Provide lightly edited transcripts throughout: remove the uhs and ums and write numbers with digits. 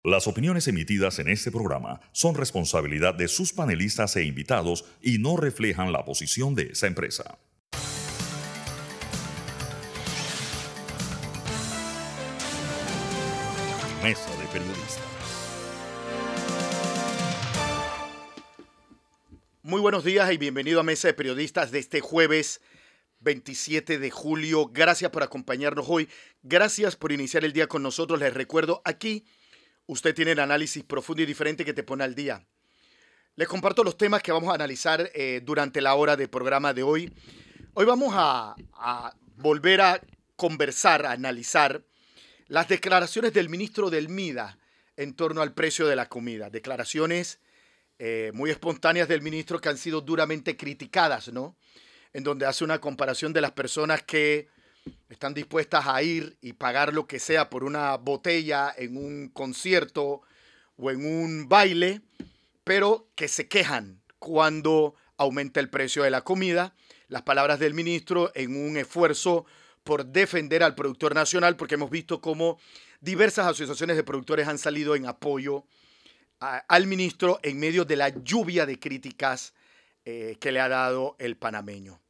Las opiniones emitidas en este programa son responsabilidad de sus panelistas e invitados y no reflejan la posición de esa empresa. Mesa de Periodistas. Muy buenos días y bienvenido a Mesa de Periodistas de este jueves 27 de julio. Gracias por acompañarnos hoy. Gracias por iniciar el día con nosotros. Les recuerdo, aquí usted tiene el análisis profundo y diferente que te pone al día. Les comparto los temas que vamos a analizar durante la hora del programa de hoy. Hoy vamos a volver a conversar, a analizar las declaraciones del ministro del MIDA en torno al precio de la comida. Declaraciones muy espontáneas del ministro que han sido duramente criticadas, ¿no? En donde hace una comparación de las personas que están dispuestas a ir y pagar lo que sea por una botella en un concierto o en un baile, pero que se quejan cuando aumenta el precio de la comida. Las palabras del ministro en un esfuerzo por defender al productor nacional, porque hemos visto cómo diversas asociaciones de productores han salido en apoyo al ministro en medio de la lluvia de críticas que le ha dado el panameño.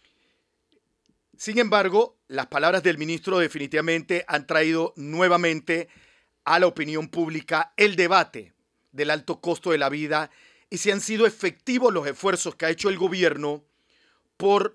Sin embargo, las palabras del ministro definitivamente han traído nuevamente a la opinión pública el debate del alto costo de la vida y si han sido efectivos los esfuerzos que ha hecho el gobierno por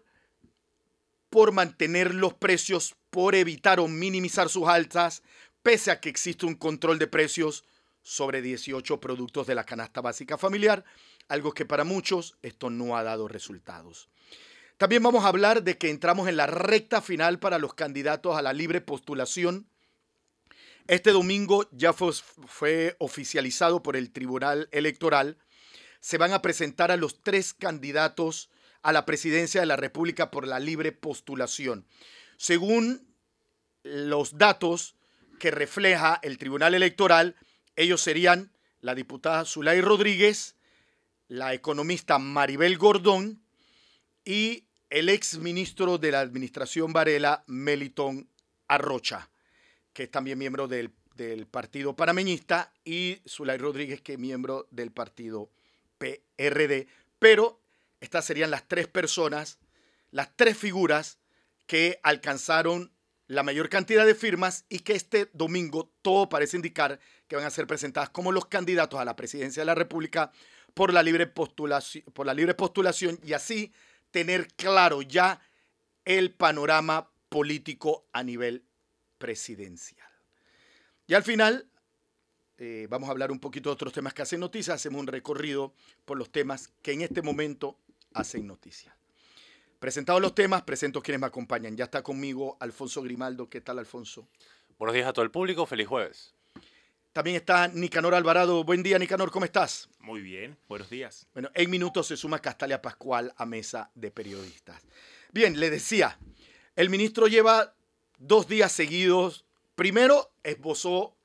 mantener los precios, por evitar o minimizar sus alzas, pese a que existe un control de precios sobre 18 productos de la canasta básica familiar, algo que para muchos esto no ha dado resultados. También vamos a hablar de que entramos en la recta final para los candidatos a la libre postulación. Este domingo ya fue oficializado por el Tribunal Electoral. Se van a presentar a los 3 candidatos a la presidencia de la República por la libre postulación. Según los datos que refleja el Tribunal Electoral, ellos serían la diputada Zulay Rodríguez, la economista Maribel Gordón y el exministro de la administración Varela, Melitón Arrocha, que es también miembro del partido panameñista, y Zulay Rodríguez, que es miembro del partido PRD. Pero estas serían las 3 personas, las 3 figuras que alcanzaron la mayor cantidad de firmas y que este domingo todo parece indicar que van a ser presentadas como los candidatos a la presidencia de la República por la libre postulación y así tener claro ya el panorama político a nivel presidencial. Y al final vamos a hablar un poquito de otros temas que hacen noticia. Hacemos un recorrido por los temas que en este momento hacen noticia. Presentados los temas, presento quienes me acompañan. Ya está conmigo Alfonso Grimaldo. ¿Qué tal, Alfonso? Buenos días a todo el público, feliz jueves. También está Nicanor Alvarado. Buen día, Nicanor, ¿cómo estás? Muy bien, buenos días. Bueno, en minutos se suma Castalia Pascual a Mesa de Periodistas. Bien, le decía, el ministro lleva 2 días seguidos. Primero esbozó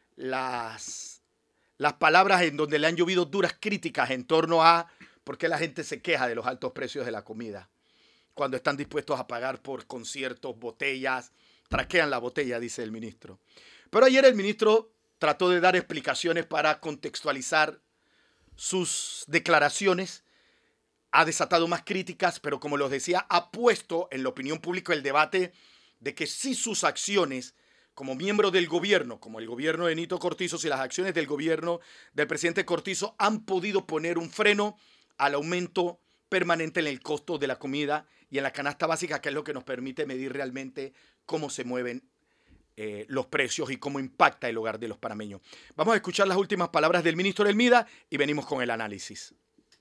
las palabras en donde le han llovido duras críticas en torno a por qué la gente se queja de los altos precios de la comida, cuando están dispuestos a pagar por conciertos, botellas, traquean la botella, dice el ministro. Pero ayer el ministro trató de dar explicaciones para contextualizar sus declaraciones, ha desatado más críticas, pero como les decía, ha puesto en la opinión pública el debate de que si sus acciones como miembro del gobierno, como el gobierno de Nito Cortizo, si las acciones del gobierno del presidente Cortizo han podido poner un freno al aumento permanente en el costo de la comida y en la canasta básica, que es lo que nos permite medir realmente cómo se mueven los precios y cómo impacta el hogar de los panameños. Vamos a escuchar las últimas palabras del ministro del MIDA y venimos con el análisis.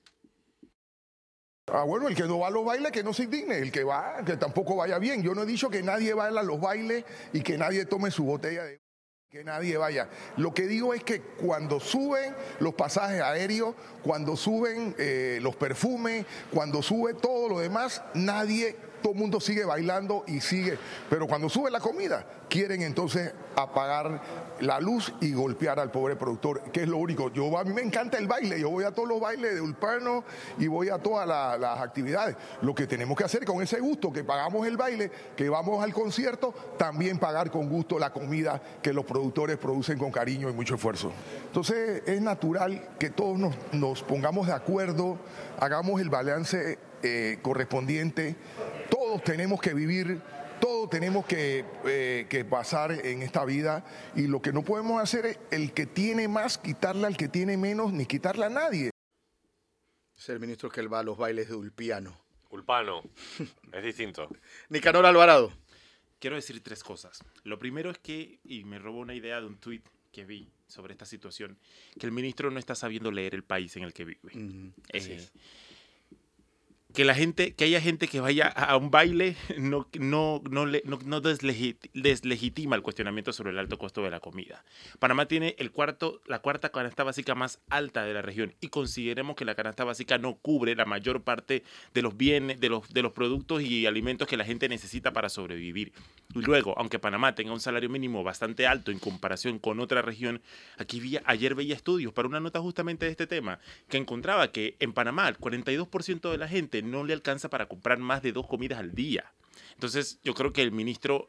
Bueno, el que no va a los bailes, que no se indigne. El que va, que tampoco vaya bien. Yo no he dicho que nadie vaya a los bailes y que nadie tome su botella de... que nadie vaya. Lo que digo es que cuando suben los pasajes aéreos, cuando suben los perfumes, cuando sube todo lo demás, nadie todo el mundo sigue bailando y sigue. Pero cuando sube la comida, quieren entonces apagar la luz y golpear al pobre productor, que es lo único. A mí me encanta el baile, yo voy a todos los bailes de Ulpano y voy a todas las actividades. Lo que tenemos que hacer con ese gusto, que pagamos el baile, que vamos al concierto, también pagar con gusto la comida que los productores producen con cariño y mucho esfuerzo. Entonces es natural que todos nos pongamos de acuerdo, hagamos el balance correspondiente. Todos tenemos que vivir, todos tenemos que pasar en esta vida, y lo que no podemos hacer es el que tiene más quitarle al que tiene menos, ni quitarle a nadie. Es el ministro que él va a los bailes de Ulpiano. Ulpano. Es distinto. Nicanor Alvarado. Quiero decir 3 cosas. Lo primero es que, y me robó una idea de un tuit que vi sobre esta situación, que el ministro no está sabiendo leer el país en el que vive. Que haya gente que vaya a un baile no deslegitima el cuestionamiento sobre el alto costo de la comida. Panamá tiene la cuarta canasta básica más alta de la región, y consideremos que la canasta básica no cubre la mayor parte de los bienes, de los productos y alimentos que la gente necesita para sobrevivir. Y luego, aunque Panamá tenga un salario mínimo bastante alto en comparación con otra región, ayer veía estudios para una nota justamente de este tema, que encontraba que en Panamá el 42% de la gente no le alcanza para comprar más de 2 comidas al día. Entonces, yo creo que el ministro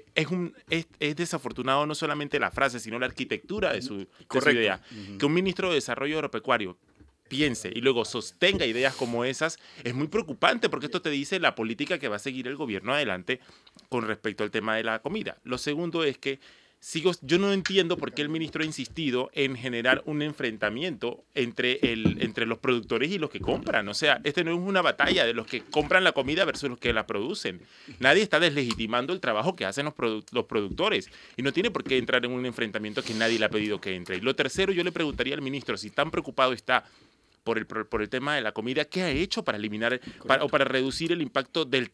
es desafortunado no solamente la frase, sino la arquitectura de su idea. Que un ministro de Desarrollo Agropecuario piense y luego sostenga ideas como esas es muy preocupante, porque esto te dice la política que va a seguir el gobierno adelante con respecto al tema de la comida. Lo segundo es que yo no entiendo por qué el ministro ha insistido en generar un enfrentamiento entre los productores y los que compran. O sea, no es una batalla de los que compran la comida versus los que la producen. Nadie está deslegitimando el trabajo que hacen los productores, y no tiene por qué entrar en un enfrentamiento que nadie le ha pedido que entre. Y lo tercero, yo le preguntaría al ministro, si tan preocupado está por el tema de la comida, ¿qué ha hecho para eliminar o para reducir el impacto del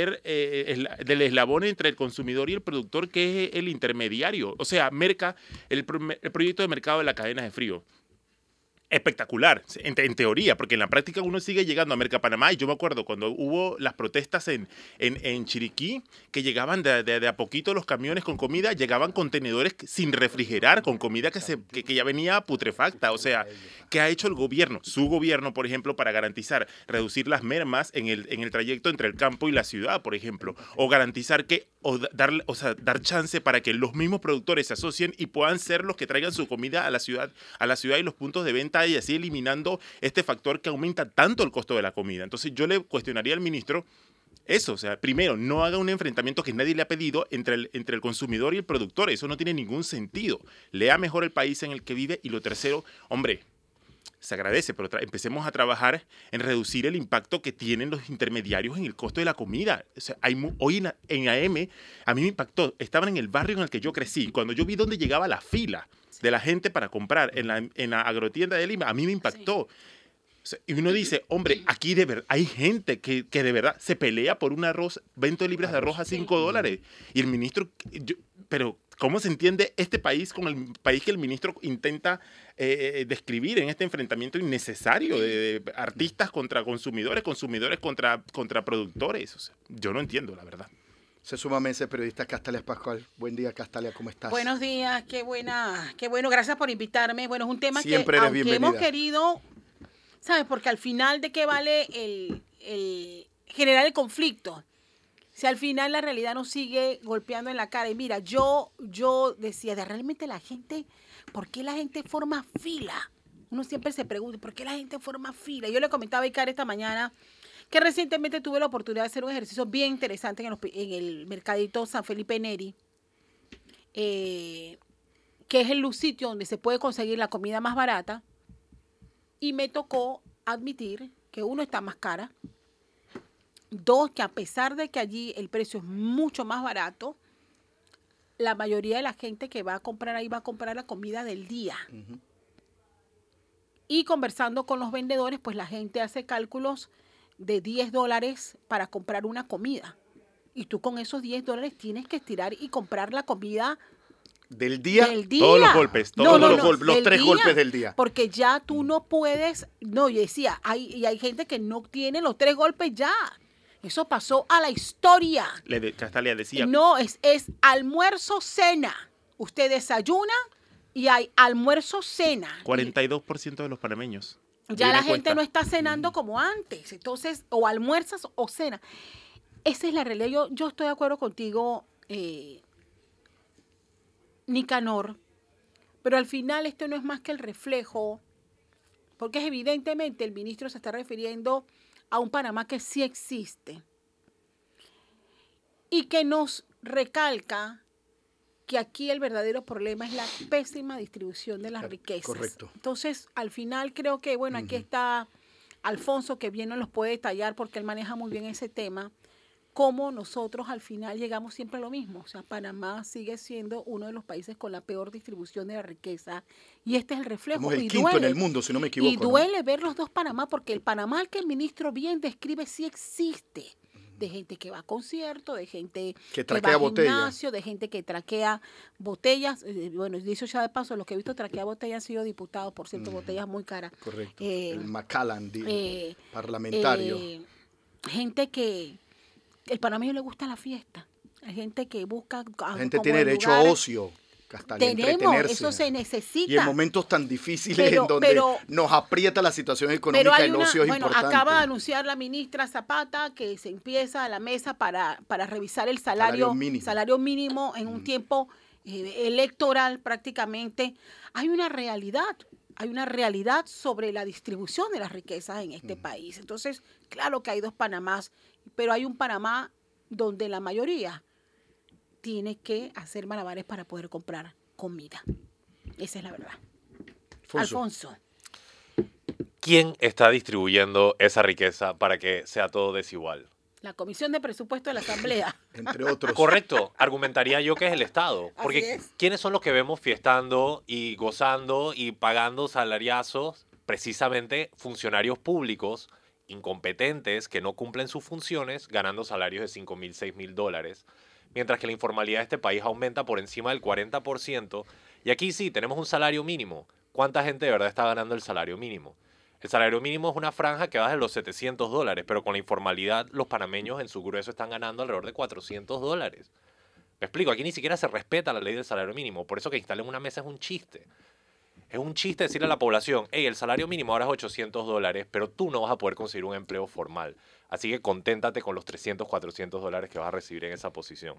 del eslabón entre el consumidor y el productor, que es el intermediario? O sea, el proyecto de mercado de la cadena de frío. Espectacular, en teoría, porque en la práctica uno sigue llegando a Mercapanamá. Y yo me acuerdo cuando hubo las protestas en Chiriquí, que llegaban de a poquito los camiones con comida, llegaban contenedores sin refrigerar, con comida que ya venía putrefacta. O sea, ¿qué ha hecho el gobierno? Su gobierno, por ejemplo, para garantizar reducir las mermas en el trayecto entre el campo y la ciudad, por ejemplo, o garantizar dar chance para que los mismos productores se asocien y puedan ser los que traigan su comida a la ciudad y los puntos de venta, y así eliminando este factor que aumenta tanto el costo de la comida. Entonces yo le cuestionaría al ministro eso. O sea, primero, no haga un enfrentamiento que nadie le ha pedido entre el consumidor y el productor. Eso no tiene ningún sentido. Lea mejor el país en el que vive. Y lo tercero, hombre, se agradece, pero empecemos a trabajar en reducir el impacto que tienen los intermediarios en el costo de la comida. O sea, hoy en AM a mí me impactó. Estaban en el barrio en el que yo crecí. Cuando yo vi dónde llegaba la fila de la gente para comprar en la agrotienda de Lima, a mí me impactó. Sí. O sea, y uno dice, hombre, aquí de verdad hay gente que de verdad se pelea por un arroz, 20 libras de arroz a $5. Y el ministro, pero ¿cómo se entiende este país con el país que el ministro intenta describir en este enfrentamiento innecesario de artistas contra consumidores contra productores? O sea, yo no entiendo, la verdad. Se suma Mese, periodista Castalia Pascual. Buen día, Castalia, ¿cómo estás? Buenos días, qué bueno, gracias por invitarme. Bueno, es un tema Siempre que eres bienvenida. Hemos querido, ¿sabes? Porque al final, ¿de qué vale el generar el conflicto? Si al final la realidad nos sigue golpeando en la cara. Y mira, yo decía, realmente la gente, ¿por qué la gente forma fila? Uno siempre se pregunta, ¿por qué la gente forma fila? Yo le comentaba a Icar esta mañana que recientemente tuve la oportunidad de hacer un ejercicio bien interesante en el mercadito San Felipe Neri, que es el sitio donde se puede conseguir la comida más barata, y me tocó admitir que uno, está más cara, dos, que a pesar de que allí el precio es mucho más barato, la mayoría de la gente que va a comprar ahí va a comprar la comida del día. Uh-huh. Y conversando con los vendedores, pues la gente hace cálculos de $10 para comprar una comida. Y tú con esos $10 tienes que estirar y comprar la comida del día. Todos los golpes. Los 3 golpes del día. Porque ya tú no puedes. No, yo decía, hay gente que no tiene los 3 golpes ya. Eso pasó a la historia. Castalia decía, No, es almuerzo, cena. Usted desayuna y hay almuerzo, cena. 42% de los panameños. Ya viven la en gente cuesta. no está cenando como antes. Entonces, o almuerzas o cena. Esa es la realidad. Yo estoy de acuerdo contigo, Nicanor, pero al final esto no es más que el reflejo, porque es evidentemente el ministro se está refiriendo a un Panamá que sí existe y que nos recalca que aquí el verdadero problema es la pésima distribución de las riquezas. Correcto. Entonces, al final creo que, bueno, aquí está Alfonso, que bien nos los puede detallar porque él maneja muy bien ese tema, cómo nosotros al final llegamos siempre a lo mismo. O sea, Panamá sigue siendo uno de los países con la peor distribución de la riqueza y este es el reflejo. Somos el Y quinto en duele. el mundo, si no me equivoco. Y duele ver los dos Panamá, porque el Panamá al que el ministro bien describe sí existe. De gente que va a conciertos, de gente Que va traquea al botellas. gimnasio, de gente que traquea botellas. Bueno, dicho ya de paso, los que he visto traquear botellas han sido diputados, por cierto, botellas muy caras. Correcto. Eh, el Macallan, eh, parlamentario. Gente que el panameño le gusta la fiesta. Hay gente que busca La gente como tiene el derecho lugar. a ocio, Castalia, Tenemos, entretenerse. eso se necesita. Y en momentos tan difíciles Pero- en donde pero- nos aprieta la situación Pero económica, hay el una, ocio es bueno, importante. acaba de anunciar la ministra Zapata que se empieza a la mesa para revisar el salario mínimo en un tiempo electoral prácticamente. Hay una realidad sobre la distribución de las riquezas en este país. Entonces, claro que hay dos Panamás, pero hay un Panamá donde la mayoría tiene que hacer malabares para poder comprar comida. Esa es la verdad. Alfonso. ¿Quién está distribuyendo esa riqueza para que sea todo desigual? La Comisión de Presupuesto de la Asamblea. Entre otros. Correcto, argumentaría yo que es el Estado. Así Porque es. ¿quiénes son los que vemos fiestando y gozando y pagando salariazos? Precisamente funcionarios públicos incompetentes que no cumplen sus funciones, ganando salarios de $5,000, $6,000, mientras que la informalidad de este país aumenta por encima del 40%. Y aquí sí, tenemos un salario mínimo. ¿Cuánta gente de verdad está ganando el salario mínimo? El salario mínimo es una franja que va de los $700, pero con la informalidad los panameños en su grueso están ganando alrededor de $400. Me explico, aquí ni siquiera se respeta la ley del salario mínimo, por eso que instalen una mesa es un chiste. Es un chiste decirle a la población, hey, el salario mínimo ahora es $800, pero tú no vas a poder conseguir un empleo formal. Así que conténtate con los $300, $400 que vas a recibir en esa posición.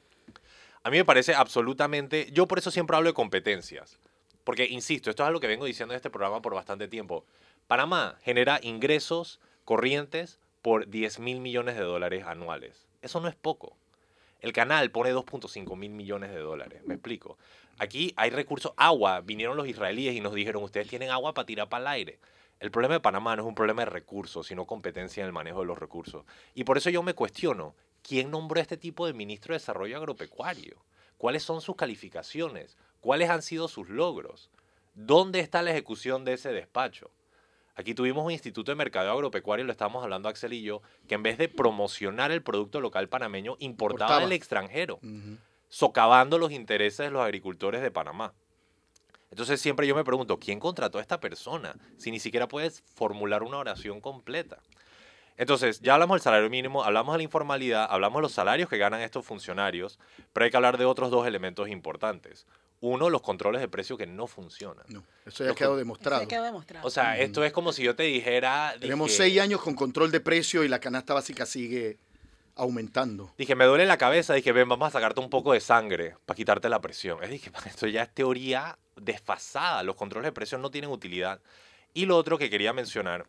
A mí me parece absolutamente... Yo por eso siempre hablo de competencias. Porque, insisto, esto es algo que vengo diciendo en este programa por bastante tiempo. Panamá genera ingresos corrientes por $10,000 millones anuales. Eso no es poco. El canal pone $2.5 mil millones. ¿Me explico? Aquí hay recursos, agua. Vinieron los israelíes y nos dijeron, ustedes tienen agua para tirar para el aire. El problema de Panamá no es un problema de recursos, sino competencia en el manejo de los recursos. Y por eso yo me cuestiono, ¿quién nombró a este tipo de ministro de Desarrollo Agropecuario? ¿Cuáles son sus calificaciones? ¿Cuáles han sido sus logros? ¿Dónde está la ejecución de ese despacho? Aquí tuvimos un instituto de mercadeo agropecuario, lo estábamos hablando Axel y yo, que en vez de promocionar el producto local panameño, importaba del extranjero, socavando los intereses de los agricultores de Panamá. Entonces siempre yo me pregunto, ¿quién contrató a esta persona? Si ni siquiera puedes formular una oración completa. Entonces, ya hablamos del salario mínimo, hablamos de la informalidad, hablamos de los salarios que ganan estos funcionarios, pero hay que hablar de otros dos elementos importantes. Uno, los controles de precio que no funcionan. No, eso ya quedó demostrado. Eso quedó demostrado. O sea, esto es como si yo te dijera... Tenemos dije, 6 años con control de precio y la canasta básica sigue aumentando. Dije, me duele la cabeza, dije, ven, vamos a sacarte un poco de sangre para quitarte la presión. Dije, esto ya es teoría desfasada, los controles de presión no tienen utilidad. Y lo otro que quería mencionar,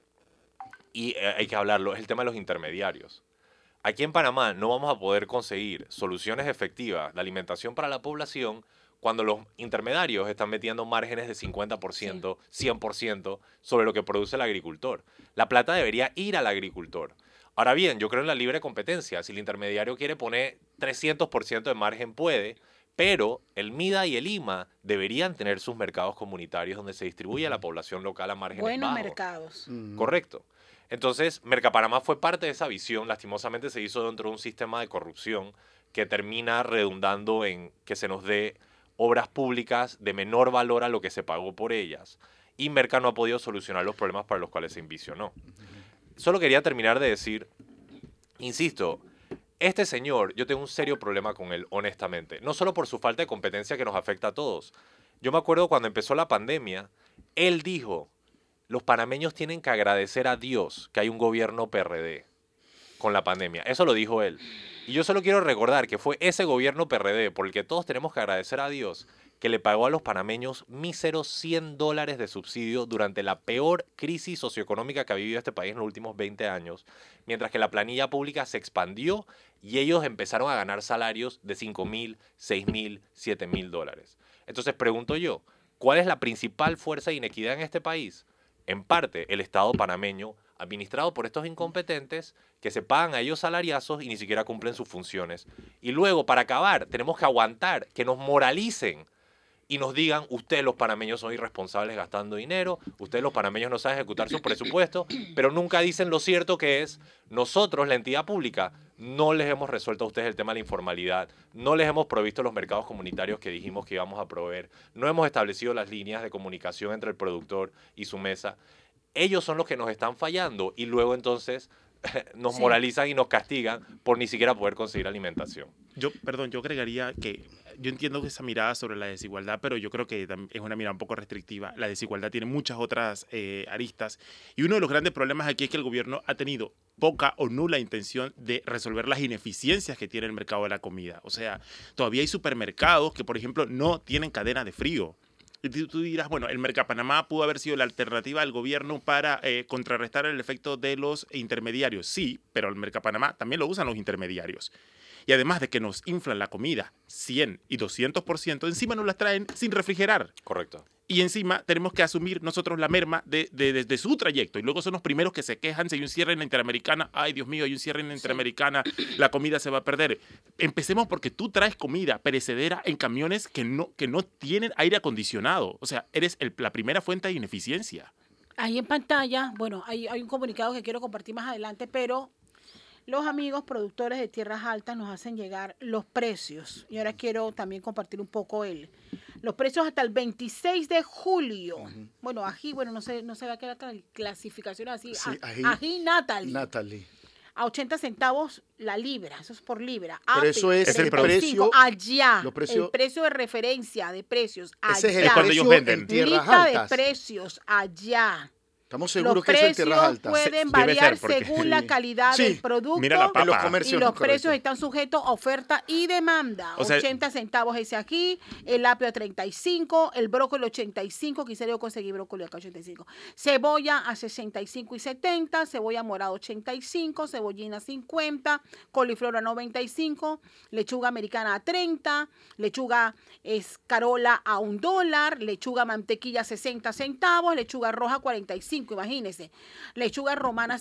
y hay que hablarlo, es el tema de los intermediarios. Aquí en Panamá no vamos a poder conseguir soluciones efectivas de alimentación para la población cuando los intermediarios están metiendo márgenes de 50%, 100% sobre lo que produce el agricultor. La plata debería ir al agricultor. Ahora bien, yo creo en la libre competencia. Si el intermediario quiere poner 300% de margen, puede, pero el MIDA y el IMA deberían tener sus mercados comunitarios donde se distribuye a la población local a márgenes Buenos bajos. mercados. Correcto. Entonces, Mercapanamá fue parte de esa visión. Lastimosamente se hizo dentro de un sistema de corrupción que termina redundando en que se nos dé obras públicas de menor valor a lo que se pagó por ellas. Y Merca no ha podido solucionar los problemas para los cuales se envisionó. Solo quería terminar de decir, Insisto, este señor, yo tengo un serio problema con él, honestamente. No solo por su falta de competencia que nos afecta a todos. Yo me acuerdo cuando empezó la pandemia, él dijo, los panameños tienen que agradecer a Dios que hay un gobierno PRD con la pandemia. Eso lo dijo él. Y yo solo quiero recordar que fue ese gobierno PRD por el que todos tenemos que agradecer a Dios que le pagó a los panameños míseros $100 de subsidio durante la peor crisis socioeconómica que ha vivido este país en los últimos 20 años, mientras que la planilla pública se expandió y ellos empezaron a ganar salarios de $5,000, $6,000, $7,000. Entonces pregunto yo, ¿cuál es la principal fuerza de inequidad en este país? En parte, el Estado panameño, administrado por estos incompetentes que se pagan a ellos salariazos y ni siquiera cumplen sus funciones. Y luego, para acabar, tenemos que aguantar que nos moralicen y nos digan, ustedes los panameños son irresponsables gastando dinero, ustedes los panameños no saben ejecutar su presupuesto, pero nunca dicen lo cierto que es, nosotros, la entidad pública, no les hemos resuelto a ustedes el tema de la informalidad, no les hemos provisto los mercados comunitarios que dijimos que íbamos a proveer, no hemos establecido las líneas de comunicación entre el productor y su mesa. Ellos son los que nos están fallando y luego entonces nos moralizan y nos castigan por ni siquiera poder conseguir alimentación. Yo agregaría que yo entiendo que esa mirada sobre la desigualdad, pero yo creo que es una mirada un poco restrictiva. La desigualdad tiene muchas otras aristas y uno de los grandes problemas aquí es que el gobierno ha tenido poca o nula intención de resolver las ineficiencias que tiene el mercado de la comida. O sea, todavía hay supermercados que, por ejemplo, no tienen cadena de frío. Y tú dirás, bueno, el Mercapanamá pudo haber sido la alternativa al gobierno para contrarrestar el efecto de los intermediarios. Sí, pero el Mercapanamá también lo usan los intermediarios. Y además de que nos inflan la comida 100 y 200%, encima nos las traen sin refrigerar. Correcto. Y encima tenemos que asumir nosotros la merma de su trayecto. Y luego son los primeros que se quejan si hay un cierre en la Interamericana. Ay, Dios mío, hay un cierre en la Interamericana, la comida se va a perder. Empecemos porque tú traes comida perecedera en camiones que no tienen aire acondicionado. O sea, eres la primera fuente de ineficiencia. Ahí en pantalla, bueno, hay un comunicado que quiero compartir más adelante, pero los amigos productores de Tierras Altas nos hacen llegar los precios. Y ahora quiero también compartir un poco los precios hasta el 26 de julio. Bueno, ají, no sé qué la clasificación así. Sí, ají Natalie. Natalie. A 80 centavos la libra, eso es por libra. Pero eso es el 35, precio allá. los precios- el precio de referencia de precios allá. Ese es el Es cuando precio ellos venden. en Tierras Lista Altas. de precios allá. Estamos Los seguros que eso es en Tierras precios Altas. pueden Debe variar ser, porque- según la calidad Sí. del producto. Mira la En los papa. comercios. Y los correcto. precios están sujetos a oferta y demanda. O sea, 80 centavos ese aquí, el apio a 35, el brócoli 85, quizá yo conseguí brócoli acá 85. Cebolla a 65 y 70, cebolla morada 85, cebollina 50, coliflor a 95, lechuga americana a 30, lechuga escarola a $1, lechuga mantequilla 60 centavos, lechuga roja 45, imagínense. Lechuga romana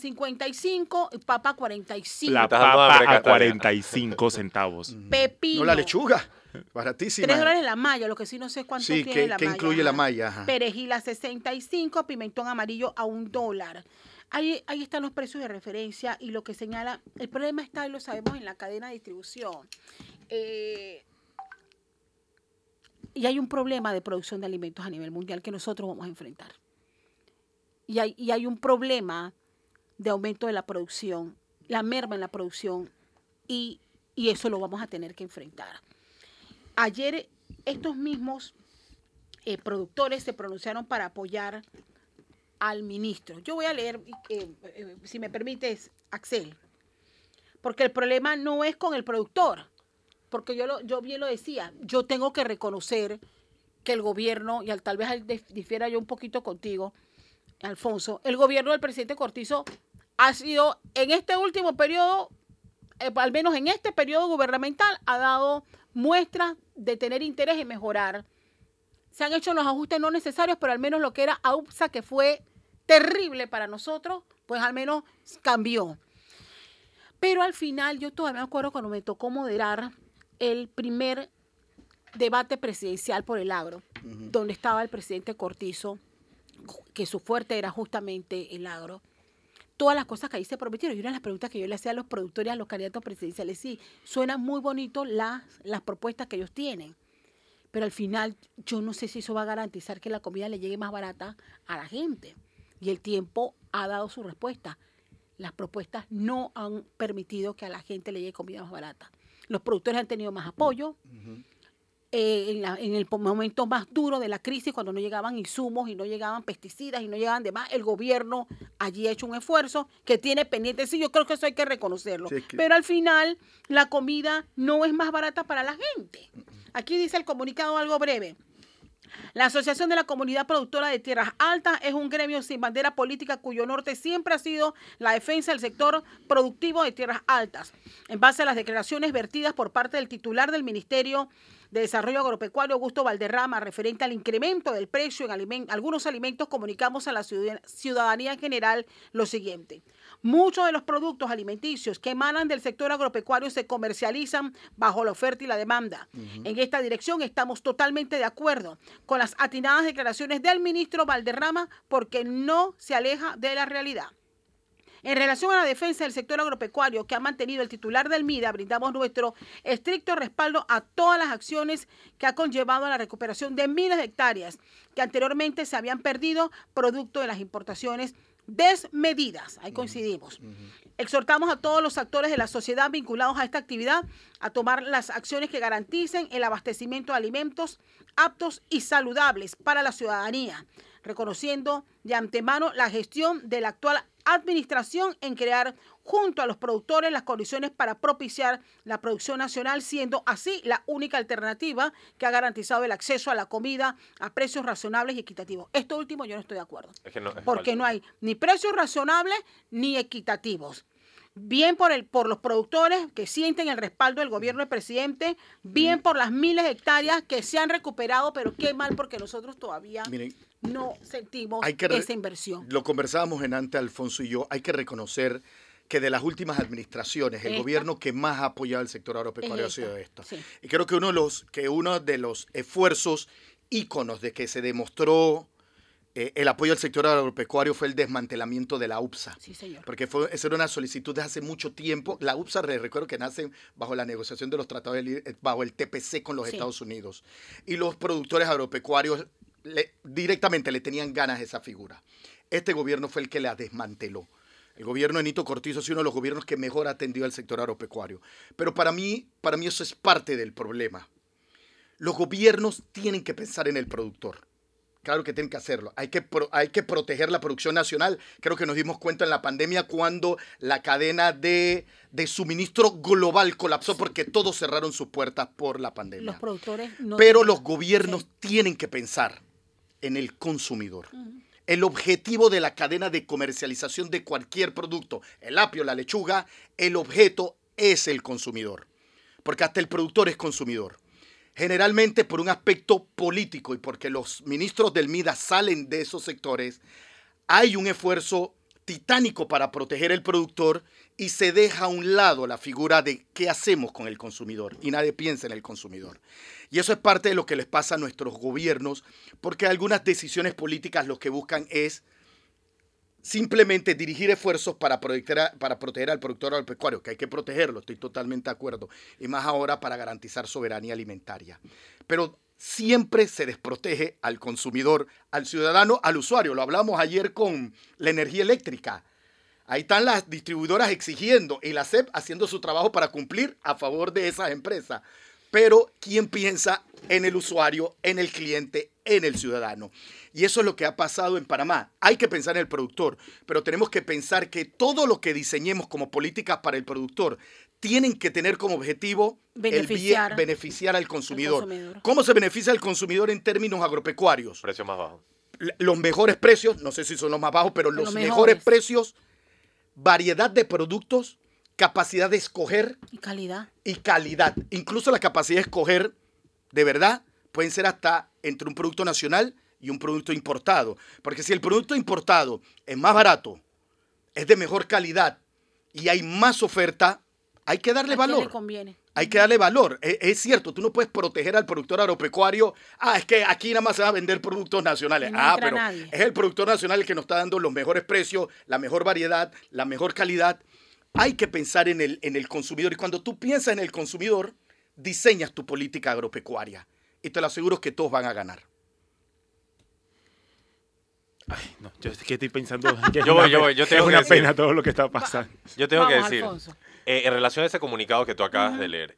55, y papa 45. La estás dando papa hambre, a Catalina. 45 centavos. Pepino. No, la lechuga. Baratísima. $3 la malla, lo que sí no sé cuánto Sí, tiene la ¿qué malla. incluye la ajá. malla? Ajá. Perejil a 65, pimentón amarillo a $1. Ahí están los precios de referencia y lo que señala, el problema está, y lo sabemos, en la cadena de distribución. Y hay un problema de producción de alimentos a nivel mundial que nosotros vamos a enfrentar. Y hay un problema de aumento de la producción, la merma en la producción, y eso lo vamos a tener que enfrentar. Ayer estos mismos productores se pronunciaron para apoyar al ministro. Yo voy a leer, si me permites, Axel, porque el problema no es con el productor, porque yo bien lo decía, yo tengo que reconocer que el gobierno, y tal vez difiera yo un poquito contigo, Alfonso, el gobierno del presidente Cortizo ha sido, en este último periodo, al menos en este periodo gubernamental, ha dado muestras de tener interés en mejorar. Se han hecho los ajustes no necesarios, pero al menos lo que era AUPSA, que fue terrible para nosotros, pues al menos cambió. Pero al final, yo todavía me acuerdo cuando me tocó moderar el primer debate presidencial por el agro, donde estaba el presidente Cortizo, que su fuerte era justamente el agro. Todas las cosas que ahí se prometieron. Y una de las preguntas que yo le hacía a los productores, a los candidatos presidenciales, sí, suenan muy bonito las propuestas que ellos tienen, pero al final yo no sé si eso va a garantizar que la comida le llegue más barata a la gente. Y el tiempo ha dado su respuesta. las propuestas no han permitido que a la gente le llegue comida más barata. Los productores han tenido más apoyo. En el momento más duro de la crisis, cuando no llegaban insumos y no llegaban pesticidas y no llegaban demás, el gobierno allí ha hecho un esfuerzo que tiene pendiente. Sí, yo creo que eso hay que reconocerlo. Sí, pero al final, la comida no es más barata para la gente. Aquí dice el comunicado algo breve. La Asociación de la Comunidad Productora de Tierras Altas es un gremio sin bandera política cuyo norte siempre ha sido la defensa del sector productivo de Tierras Altas. En base a las declaraciones vertidas por parte del titular del Ministerio de Desarrollo Agropecuario, Augusto Valderrama, referente al incremento del precio en algunos alimentos, comunicamos a la ciudadanía en general lo siguiente. Muchos de los productos alimenticios que emanan del sector agropecuario se comercializan bajo la oferta y la demanda. En esta dirección estamos totalmente de acuerdo con las atinadas declaraciones del ministro Valderrama porque no se aleja de la realidad. En relación a la defensa del sector agropecuario que ha mantenido el titular del MIDA, brindamos nuestro estricto respaldo a todas las acciones que ha conllevado a la recuperación de miles de hectáreas que anteriormente se habían perdido producto de las importaciones desmedidas. Ahí coincidimos. Exhortamos a todos los actores de la sociedad vinculados a esta actividad a tomar las acciones que garanticen el abastecimiento de alimentos aptos y saludables para la ciudadanía, reconociendo de antemano la gestión de la actual administración en crear junto a los productores las condiciones para propiciar la producción nacional, siendo así la única alternativa que ha garantizado el acceso a la comida a precios razonables y equitativos. Esto último yo no estoy de acuerdo, porque no hay ni precios razonables ni equitativos. Bien por los productores que sienten el respaldo del gobierno del presidente, bien por las miles de hectáreas que se han recuperado, pero qué mal porque nosotros todavía no sentimos esa inversión. Lo conversábamos en antes, Alfonso y yo, hay que reconocer que de las últimas administraciones, el gobierno que más ha apoyado el sector agropecuario ha sido esta. Sí. Y creo que uno de los esfuerzos íconos de que se demostró el apoyo al sector agropecuario fue el desmantelamiento de la UPSA. Sí, señor. Porque esa era una solicitud de hace mucho tiempo. La UPSA, recuerdo que nace bajo la negociación de los tratados, bajo el TPC con los Estados Unidos. Y los productores agropecuarios directamente le tenían ganas a esa figura. Este gobierno fue el que la desmanteló. El gobierno de Nito Cortizo ha sido uno de los gobiernos que mejor ha atendido al sector agropecuario. Pero para mí eso es parte del problema. Los gobiernos tienen que pensar en el productor. Claro que tienen que hacerlo. Hay que proteger la producción nacional. Creo que nos dimos cuenta en la pandemia cuando la cadena de suministro global colapsó porque todos cerraron sus puertas por la pandemia. Los productores no. Pero los gobiernos tienen que pensar en el consumidor. El objetivo de la cadena de comercialización de cualquier producto, el apio, la lechuga, el objeto es el consumidor. Porque hasta el productor es consumidor. Generalmente por un aspecto político y porque los ministros del MIDA salen de esos sectores, hay un esfuerzo titánico para proteger el productor y se deja a un lado la figura de qué hacemos con el consumidor y nadie piensa en el consumidor. Y eso es parte de lo que les pasa a nuestros gobiernos porque algunas decisiones políticas lo que buscan es simplemente dirigir esfuerzos para proteger al productor agropecuario, que hay que protegerlo, estoy totalmente de acuerdo, y más ahora para garantizar soberanía alimentaria. Pero siempre se desprotege al consumidor, al ciudadano, al usuario. Lo hablamos ayer con la energía eléctrica. Ahí están las distribuidoras exigiendo y la SEP haciendo su trabajo para cumplir a favor de esas empresas. Pero ¿quién piensa en el usuario, en el cliente, en el ciudadano? Y eso es lo que ha pasado en Panamá. Hay que pensar en el productor, pero tenemos que pensar que todo lo que diseñemos como políticas para el productor tienen que tener como objetivo beneficiar al consumidor. ¿Cómo se beneficia al consumidor en términos agropecuarios? Precio más bajo. Los mejores precios, no sé si son los más bajos, pero los mejores precios, variedad de productos, capacidad de escoger. Y calidad. Incluso la capacidad de escoger, de verdad, pueden ser hasta entre un producto nacional y un producto importado. Porque si el producto importado es más barato, es de mejor calidad y hay más oferta, hay que darle valor. ¿A quién le conviene? Hay que darle valor. Es cierto, tú no puedes proteger al productor agropecuario. Es que aquí nada más se va a vender productos nacionales. Pero nadie. Es el productor nacional el que nos está dando los mejores precios, la mejor variedad, la mejor calidad. Hay que pensar en el consumidor. Y cuando tú piensas en el consumidor, diseñas tu política agropecuaria. Y te lo aseguro que todos van a ganar. Ay, no, yo es que estoy pensando que es Yo una voy, yo pena- voy, yo es tengo que una decir. pena todo lo que está pasando. Yo tengo que Vamos, decir, Alfonso. en relación a ese comunicado que tú acabas de leer,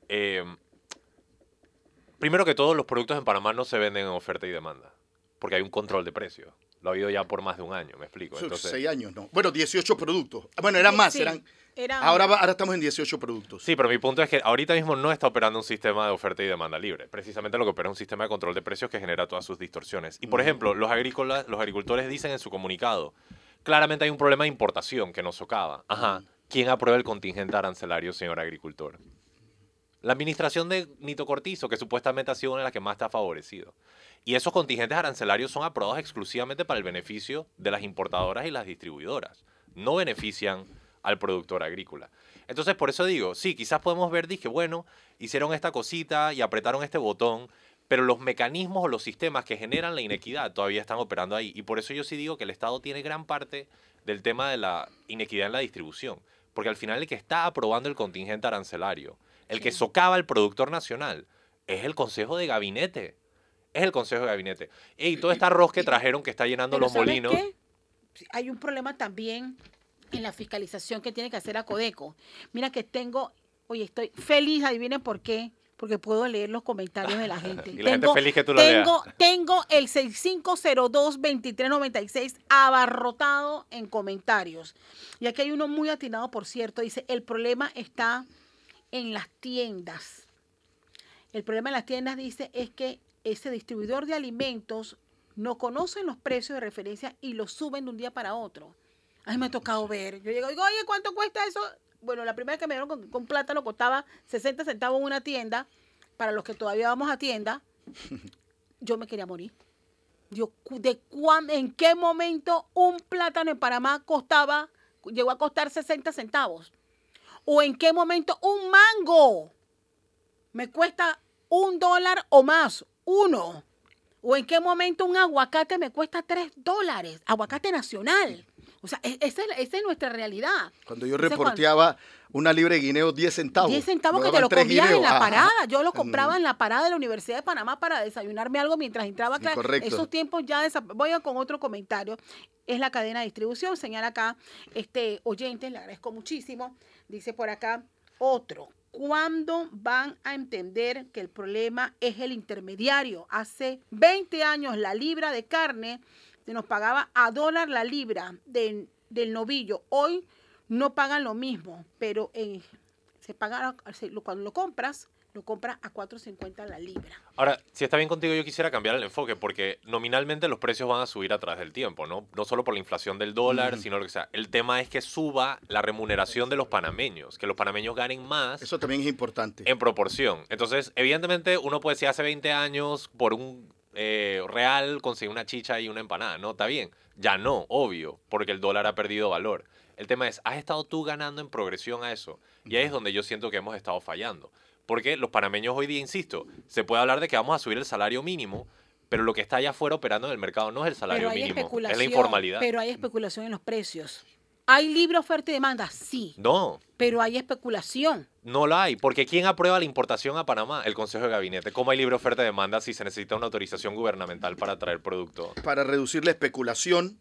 primero que todo, los productos en Panamá no se venden en oferta y demanda, porque hay un control de precios. Lo ha habido ya por más de un año, me explico. Entonces, 6 años, ¿no? Bueno, 18 productos. Bueno, eran más, Sí, eran- ahora estamos en 18 productos. sí, pero mi punto es que ahorita mismo no está operando un sistema de oferta y demanda libre. Precisamente lo que opera es un sistema de control de precios que genera todas sus distorsiones. Y por ejemplo, los agricultores dicen en su comunicado, claramente hay un problema de importación que nos socava. Ajá. ¿Quién aprueba el contingente arancelario, señor agricultor? La administración de Nito Cortizo, que supuestamente ha sido una de las que más te ha favorecido. Y esos contingentes arancelarios son aprobados exclusivamente para el beneficio de las importadoras y las distribuidoras. No benefician al productor agrícola. Entonces, por eso digo, sí, quizás podemos ver, dije, bueno, hicieron esta cosita y apretaron este botón, pero los mecanismos o los sistemas que generan la inequidad todavía están operando ahí. Y por eso yo sí digo que el Estado tiene gran parte del tema de la inequidad en la distribución. Porque al final el que está aprobando el contingente arancelario, el que socava al productor nacional, es el Consejo de Gabinete. Es el Consejo de Gabinete. Y todo este arroz que trajeron que está llenando Pero los ¿sabes molinos. qué? Hay un problema también en la fiscalización que tiene que hacer a Codeco. Mira que estoy feliz, adivinen por qué, porque puedo leer los comentarios de la gente. Y la gente feliz que tú lo leas. Tengo el 6502-2396 abarrotado en comentarios. Y aquí hay uno muy atinado, por cierto, dice, el problema está en las tiendas. El problema en las tiendas, dice, es que ese distribuidor de alimentos no conocen los precios de referencia y los suben de un día para otro. A mí me ha tocado ver. Yo digo, oye, ¿cuánto cuesta eso? Bueno, la primera que me dieron con plátano costaba 60 centavos en una tienda. Para los que todavía vamos a tienda, yo me quería morir. ¿En qué momento un plátano en Panamá llegó a costar 60 centavos? ¿O en qué momento un mango me cuesta $1 o más? ¿O en qué momento un aguacate me cuesta $3? Aguacate nacional. O sea, esa es nuestra realidad. Cuando yo reporteaba una libra de guineo, 10 centavos. 10 centavos Me que te lo daban 3 comías en guineos. la Ajá. parada. Yo lo compraba en la parada de la Universidad de Panamá para desayunarme algo mientras entraba a Sí, clase. correcto. Esos tiempos ya voy con otro comentario. Es la cadena de distribución. Señala acá este oyente, le agradezco muchísimo. Dice por acá otro. ¿Cuándo van a entender que el problema es el intermediario? Hace 20 años la libra de carne se nos pagaba a $1 la libra del novillo. Hoy no pagan lo mismo, pero se paga cuando lo compras a $4.50 la libra. Ahora, si está bien contigo, yo quisiera cambiar el enfoque, porque nominalmente los precios van a subir a través del tiempo, ¿no? No solo por la inflación del dólar, sino lo que sea. El tema es que suba la remuneración de los panameños, que los panameños ganen más Eso también es importante. en proporción. Entonces, evidentemente, uno puede decir hace 20 años, por un real, conseguir una chicha y una empanada, ¿no? Está bien. Ya no, obvio, porque el dólar ha perdido valor. El tema es, ¿has estado tú ganando en progresión a eso? Y ahí es donde yo siento que hemos estado fallando. Porque los panameños hoy día, insisto, se puede hablar de que vamos a subir el salario mínimo, pero lo que está allá afuera operando en el mercado no es el salario mínimo, es la informalidad. Pero hay especulación en los precios. ¿Hay libre oferta y demanda? Sí. No, Pero hay especulación. no la hay, porque ¿quién aprueba la importación a Panamá? El Consejo de Gabinete. ¿Cómo hay libre oferta y demanda si se necesita una autorización gubernamental para traer producto? Para reducir la especulación,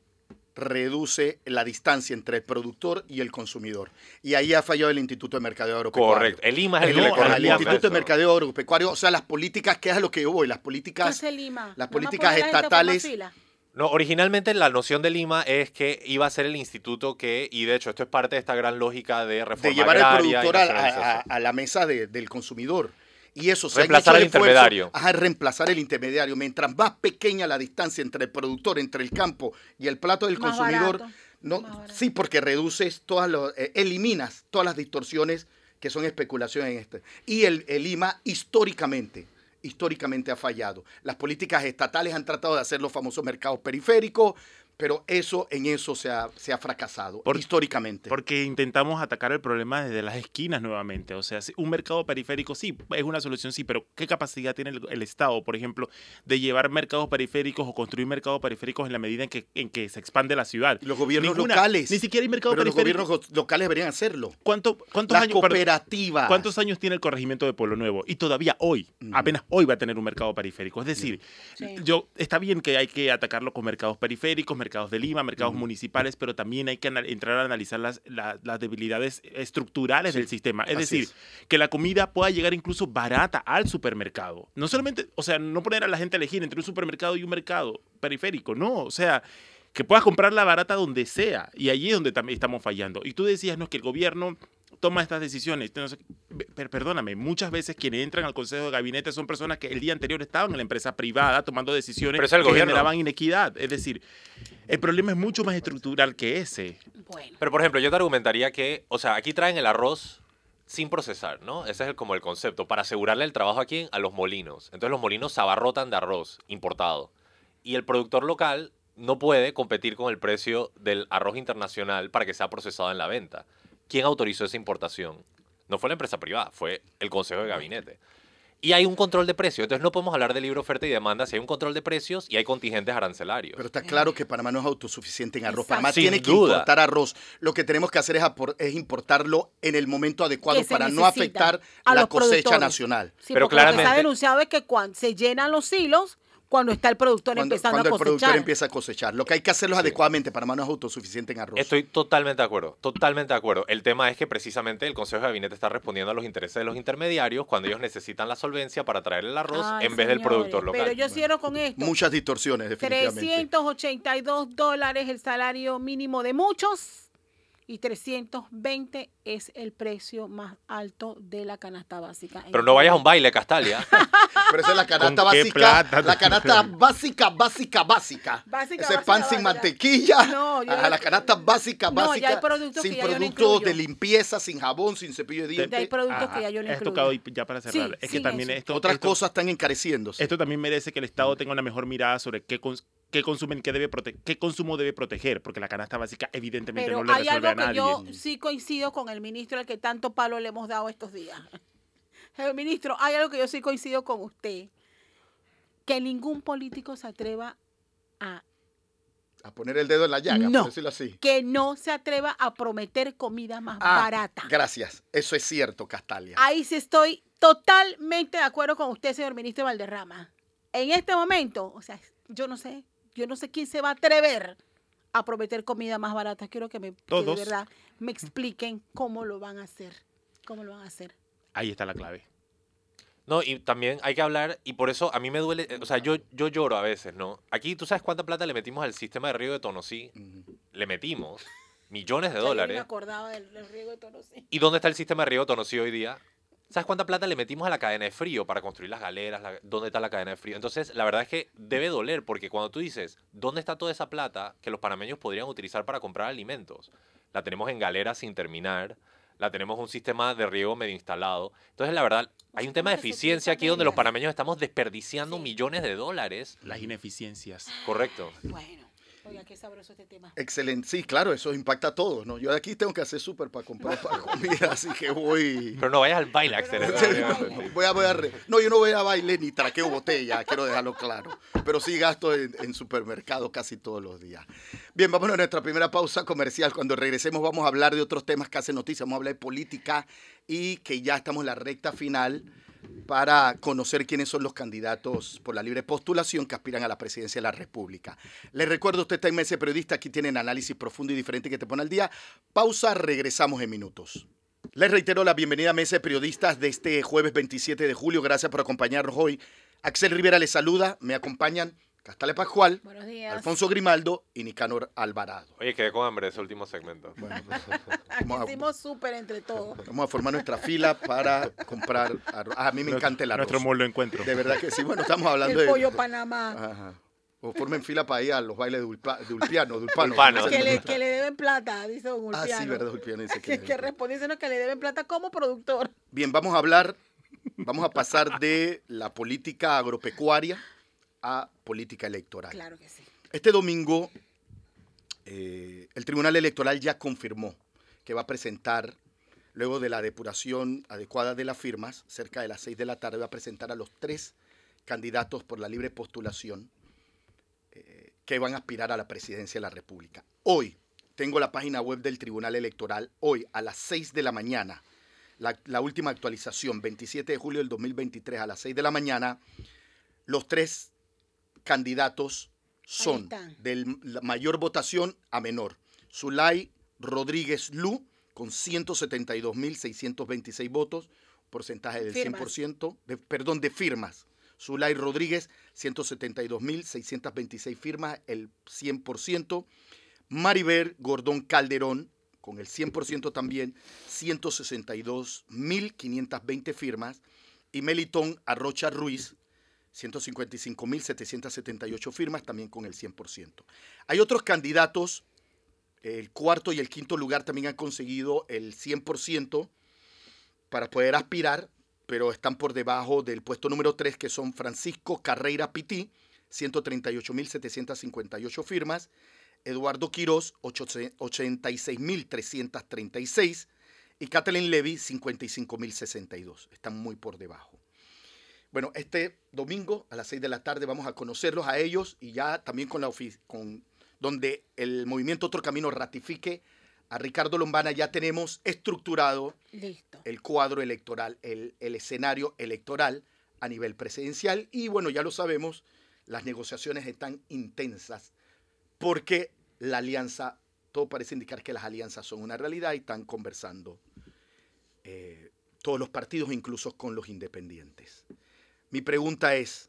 reduce la distancia entre el productor y el consumidor. Y ahí ha fallado el Instituto de Mercadeo Agropecuario. Correcto. El IMA es el que No, le el corresponde Instituto de eso. Mercadeo Agropecuario, o sea, las políticas, que es a lo que yo voy, las ¿Qué políticas, hace Lima? las Nada más políticas poner a la gente a formar estatales. fila. No, originalmente la noción de Lima es que iba a ser el instituto que, y de hecho esto es parte de esta gran lógica de reforma De llevar al agraria y productor nacionalización. a la mesa del consumidor. Y eso se Reemplazar ha al hecho el esfuerzo, intermediario. reemplazar el intermediario. Mientras más pequeña la distancia entre el productor, entre el campo y el plato del Más consumidor, barato, no, más barato. sí, porque reduces eliminas todas las distorsiones que son especulación en este. Y el IMA históricamente ha fallado. Las políticas estatales han tratado de hacer los famosos mercados periféricos, pero en eso se ha fracasado históricamente. Porque intentamos atacar el problema desde las esquinas nuevamente. O sea, un mercado periférico sí, es una solución, sí, pero ¿qué capacidad tiene el Estado, por ejemplo, de llevar mercados periféricos o construir mercados periféricos en la medida en que se expande la ciudad? Los gobiernos Ninguna. locales. Ni siquiera hay mercado Pero los periférico. gobiernos locales deberían hacerlo. ¿Cuántos Las años, perdón, cooperativas. ¿Cuántos años tiene el corregimiento de Pueblo Nuevo? Y todavía hoy, apenas hoy va a tener un mercado periférico. Es decir, Sí. está bien que hay que atacarlo con mercados periféricos mercados de Lima, mercados municipales, pero también hay que entrar a analizar las debilidades estructurales del sistema. Es decir, que la comida pueda llegar incluso barata al supermercado. No solamente, o sea, no poner a la gente a elegir entre un supermercado y un mercado periférico, no, o sea, que puedas comprarla barata donde sea. Y allí es donde también estamos fallando. Y tú decías, no, es que el gobierno toma estas decisiones. Entonces, perdóname, muchas veces quienes entran al Consejo de Gabinete son personas que el día anterior estaban en la empresa privada tomando decisiones que generaban inequidad. Es decir, el problema es mucho más estructural que ese. Bueno. Pero, por ejemplo, yo te argumentaría que, o sea, aquí traen el arroz sin procesar, ¿no? Ese es como el concepto, para asegurarle el trabajo aquí a los molinos. Entonces los molinos se abarrotan de arroz importado. Y el productor local no puede competir con el precio del arroz internacional para que sea procesado en la venta. ¿Quién autorizó esa importación? No fue la empresa privada, fue el Consejo de Gabinete. Y hay un control de precios. Entonces no podemos hablar de libre oferta y demanda si hay un control de precios y hay contingentes arancelarios. Pero está claro que Panamá no es autosuficiente en arroz. Exacto. Panamá Sin tiene que duda. importar arroz. Lo que tenemos que hacer es importarlo en el momento adecuado Que se para no necesita afectar a la los cosecha productores. nacional. Sí, Pero porque lo que se ha claramente- denunciado es que cuando se llenan los silos, cuando está el productor empezando Cuando a el productor cosechar. empieza a cosechar. Lo que hay que hacerlo es Sí. adecuadamente. Panamá no es autosuficiente en arroz. Estoy totalmente de acuerdo, totalmente de acuerdo. El tema es que precisamente el Consejo de Gabinete está respondiendo a los intereses de los intermediarios cuando ellos necesitan la solvencia para traer el arroz Ay, en vez del señores, productor local. Pero yo cierro con esto. Muchas distorsiones, definitivamente. $382 el salario mínimo de muchos y 320 es el precio más alto de la canasta básica. en Pero este no vayas a un momento. baile, Castalia. Pero esa es la canasta ¿Con qué básica. plata? La canasta básica. Básica, Ese básica, pan sin básica. mantequilla. No, yo Ajá, la canasta básica. No, ya hay productos sin que ya yo no productos incluyo. de limpieza, sin jabón, sin cepillo de Ya hay dientes. productos que ya yo no Has incluyo. tocado, y ya para cerrar, Sí, es que sí, también eso. Otras cosas están encareciéndose. Esto también merece que el Estado tenga una mejor mirada sobre qué consumen, qué consumo debe proteger, porque la canasta básica evidentemente Pero no le hay resuelve a algo que nadie. yo sí coincido con el ministro al que tanto palo le hemos dado estos días. El ministro, hay algo que yo sí coincido con usted, que ningún político se atreva a, A poner el dedo en la llaga, No. por decirlo así. que no se atreva a prometer comida más Ah, barata. Gracias. Eso es cierto, Castalia. Ahí sí estoy totalmente de acuerdo con usted, señor ministro Valderrama. En este momento, o sea, yo no sé quién se va a atrever a prometer comida más barata. Quiero que de Todos. verdad me expliquen cómo lo van a hacer. Ahí está la clave. No, y también hay que hablar, y por eso a mí me duele, o sea, yo lloro a veces, ¿no? Aquí, ¿tú sabes cuánta plata le metimos al sistema de riego de Tonosí? Le metimos millones de O sea, yo ni dólares. me acordaba del riego de Tonosí. ¿Y dónde está el sistema de riego de Tonosí hoy día? ¿Sabes cuánta plata le metimos a la cadena de frío para construir las galeras? ¿Dónde está la cadena de frío? Entonces, la verdad es que debe doler, porque cuando tú dices, ¿dónde está toda esa plata que los panameños podrían utilizar para comprar alimentos? La tenemos en galeras sin terminar, la tenemos un sistema de riego medio instalado. Entonces, la verdad, hay un tema de eficiencia aquí donde los panameños estamos desperdiciando millones de dólares. Las ineficiencias. Correcto. Bueno, oiga, qué sabroso este tema. Excelente. Sí, claro, eso impacta a todos, ¿no? Yo de aquí tengo que hacer súper para comprar para comida, así que voy... Pero no vayas al baile, Axel. No, yo no voy a baile ni traqueo botella, quiero dejarlo claro. Pero sí gasto en supermercados casi todos los días. Bien, vámonos a nuestra primera pausa comercial. Cuando regresemos vamos a hablar de otros temas que hacen noticia. Vamos a hablar de política y que ya estamos en la recta final para conocer quiénes son los candidatos por la libre postulación que aspiran a la presidencia de la República. Les recuerdo, usted está en Mesa Periodista, aquí tienen análisis profundo y diferente que te pone al día. Pausa, regresamos en minutos. Les reitero la bienvenida a Mesa de Periodistas de este jueves 27 de julio. Gracias por acompañarnos hoy. Axel Rivera les saluda, me acompañan Castalia Pascual, Buenos días. Alfonso Grimaldo y Nicanor Alvarado. Oye, quedé con hambre ese último segmento. Bueno, Aquí vamos a- hicimos súper entre todos. vamos a formar nuestra fila para comprar arroz. A mí me encanta el arroz. Nuestro molde de encuentro. De verdad que sí. Bueno, estamos hablando El de... pollo Panamá. Ajá. O formen fila para ir a los bailes de Ulpiano. Ulpano. Que le deben plata, dice don Ah, Ulpiano. sí, verdad, Ulpiano dice que... Que responde diciendo que le deben plata como productor. Bien, vamos a pasar de la política agropecuaria a política electoral. Claro que sí. Este domingo, el Tribunal Electoral ya confirmó que va a presentar, luego de la depuración adecuada de las firmas, cerca de las 6 de la tarde, va a presentar a los 3 candidatos por la libre postulación que van a aspirar a la presidencia de la República. Hoy, tengo la página web del Tribunal Electoral, hoy a las 6 de la mañana, la última actualización, 27 de julio del 2023 a las 6 de la mañana, los 3 candidatos son están. de la mayor votación a menor. Zulay Rodríguez Lu, con 172.626 votos, porcentaje del Firmas. 100%, de firmas. Zulay Rodríguez, 172.626 firmas, el 100%. Maribel Gordón Calderón, con el 100% también, 162.520 firmas. Y Melitón Arrocha Ruiz, 155.778 firmas, también con el 100%. Hay otros candidatos, el cuarto y el quinto lugar también han conseguido el 100% para poder aspirar, pero están por debajo del puesto número 3, que son Francisco Carreira Pití, 138.758 firmas, Eduardo Quiroz, 86.336, y Kathleen Levy, 55.062. Están muy por debajo. Bueno, este domingo a las 6 de la tarde vamos a conocerlos a ellos y ya también donde el movimiento Otro Camino ratifique a Ricardo Lombana, ya tenemos estructurado Listo. el cuadro electoral, el escenario electoral a nivel presidencial. Y bueno, ya lo sabemos, las negociaciones están intensas porque la alianza, todo parece indicar que las alianzas son una realidad y están conversando todos los partidos, incluso con los independientes. Mi pregunta es,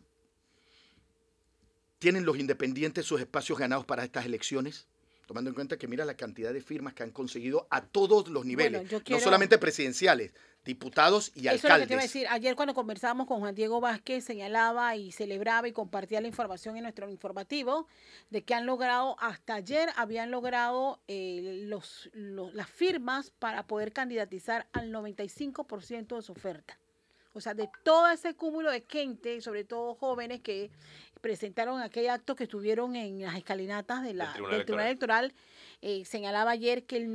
¿tienen los independientes sus espacios ganados para estas elecciones? Tomando en cuenta que mira la cantidad de firmas que han conseguido a todos los niveles, Bueno, yo no quiero- solamente presidenciales, diputados y Eso es lo que te iba a alcaldes. decir. Ayer cuando conversábamos con Juan Diego Vázquez, señalaba y celebraba y compartía la información en nuestro informativo de que han logrado, hasta ayer habían logrado las firmas para poder candidatizar al 95% de su oferta. O sea, de todo ese cúmulo de gente, sobre todo jóvenes que presentaron aquel acto que estuvieron en las escalinatas del Tribunal Electoral, señalaba ayer que el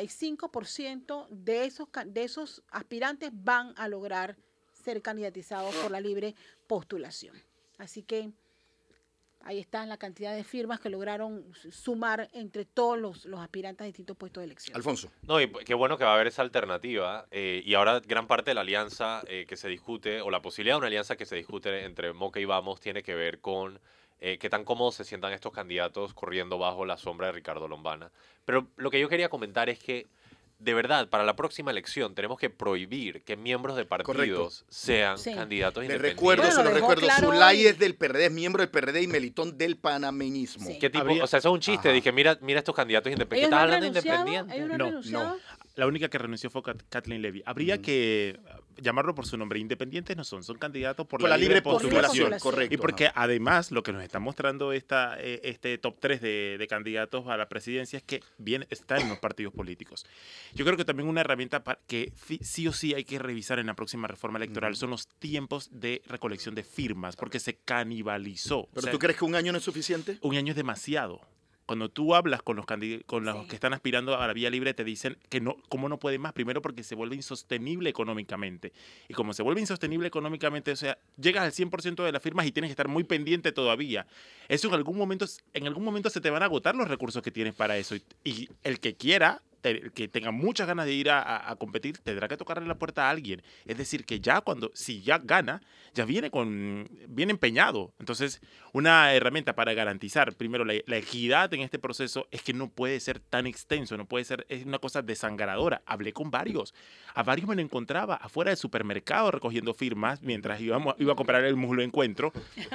95% de esos aspirantes van a lograr ser candidatizados por la libre postulación. Así que ahí está la cantidad de firmas que lograron sumar entre todos los aspirantes a distintos puestos de elección. Alfonso. No, y qué bueno que va a haber esa alternativa. Y ahora gran parte de la alianza que se discute, o la posibilidad de una alianza que se discute entre Moca y Vamos, tiene que ver con qué tan cómodos se sientan estos candidatos corriendo bajo la sombra de Ricardo Lombana. Pero lo que yo quería comentar es que, de verdad, para la próxima elección tenemos que prohibir que miembros de partidos sean Sí. candidatos Les independientes. recuerdo, Bueno, se lo los dejó recuerdo, claro Zulay hoy. es del PRD, es miembro del PRD y Melitón del panameñismo. Sí. ¿Qué tipo? Habría- O sea, eso es un chiste. Ajá. Dije, mira estos candidatos independientes. ¿Ellos no ¿Estás han hablando de renunciado? independientes? ¿Ellos no han No, renunciado? La única que renunció fue Kathleen Levy. Habría que llamarlo por su nombre. Independientes no son candidatos por Por la libre postulación. postulación. correcto. Y porque ajá. además lo que nos está mostrando este top 3 de candidatos a la presidencia es que bien están en los partidos políticos. Yo creo que también una herramienta que sí o sí hay que revisar en la próxima reforma electoral son los tiempos de recolección de firmas, porque se canibalizó. ¿Pero O sea, tú crees que un año no es suficiente? un año es demasiado. Cuando tú hablas con los Sí. que están aspirando a la vía libre, te dicen que no, cómo no pueden más. Primero porque se vuelve insostenible económicamente. Y como se vuelve insostenible económicamente, o sea, llegas al 100% de las firmas y tienes que estar muy pendiente todavía. Eso en algún momento se te van a agotar los recursos que tienes para eso. Y el que quiera, que tenga muchas ganas de ir a competir, tendrá que tocarle la puerta a alguien. Es decir, que ya si ya gana, ya viene bien empeñado. Entonces, una herramienta para garantizar, primero, la equidad en este proceso es que no puede ser tan extenso, no puede ser, es una cosa desangradora. Hablé con varios. A varios me lo encontraba afuera del supermercado recogiendo firmas mientras iba a comprar el muslo encuentro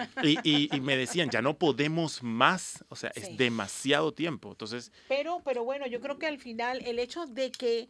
y me decían, ya no podemos más. O sea, Sí. es demasiado tiempo. Entonces, Pero bueno, yo creo que al final el hecho de que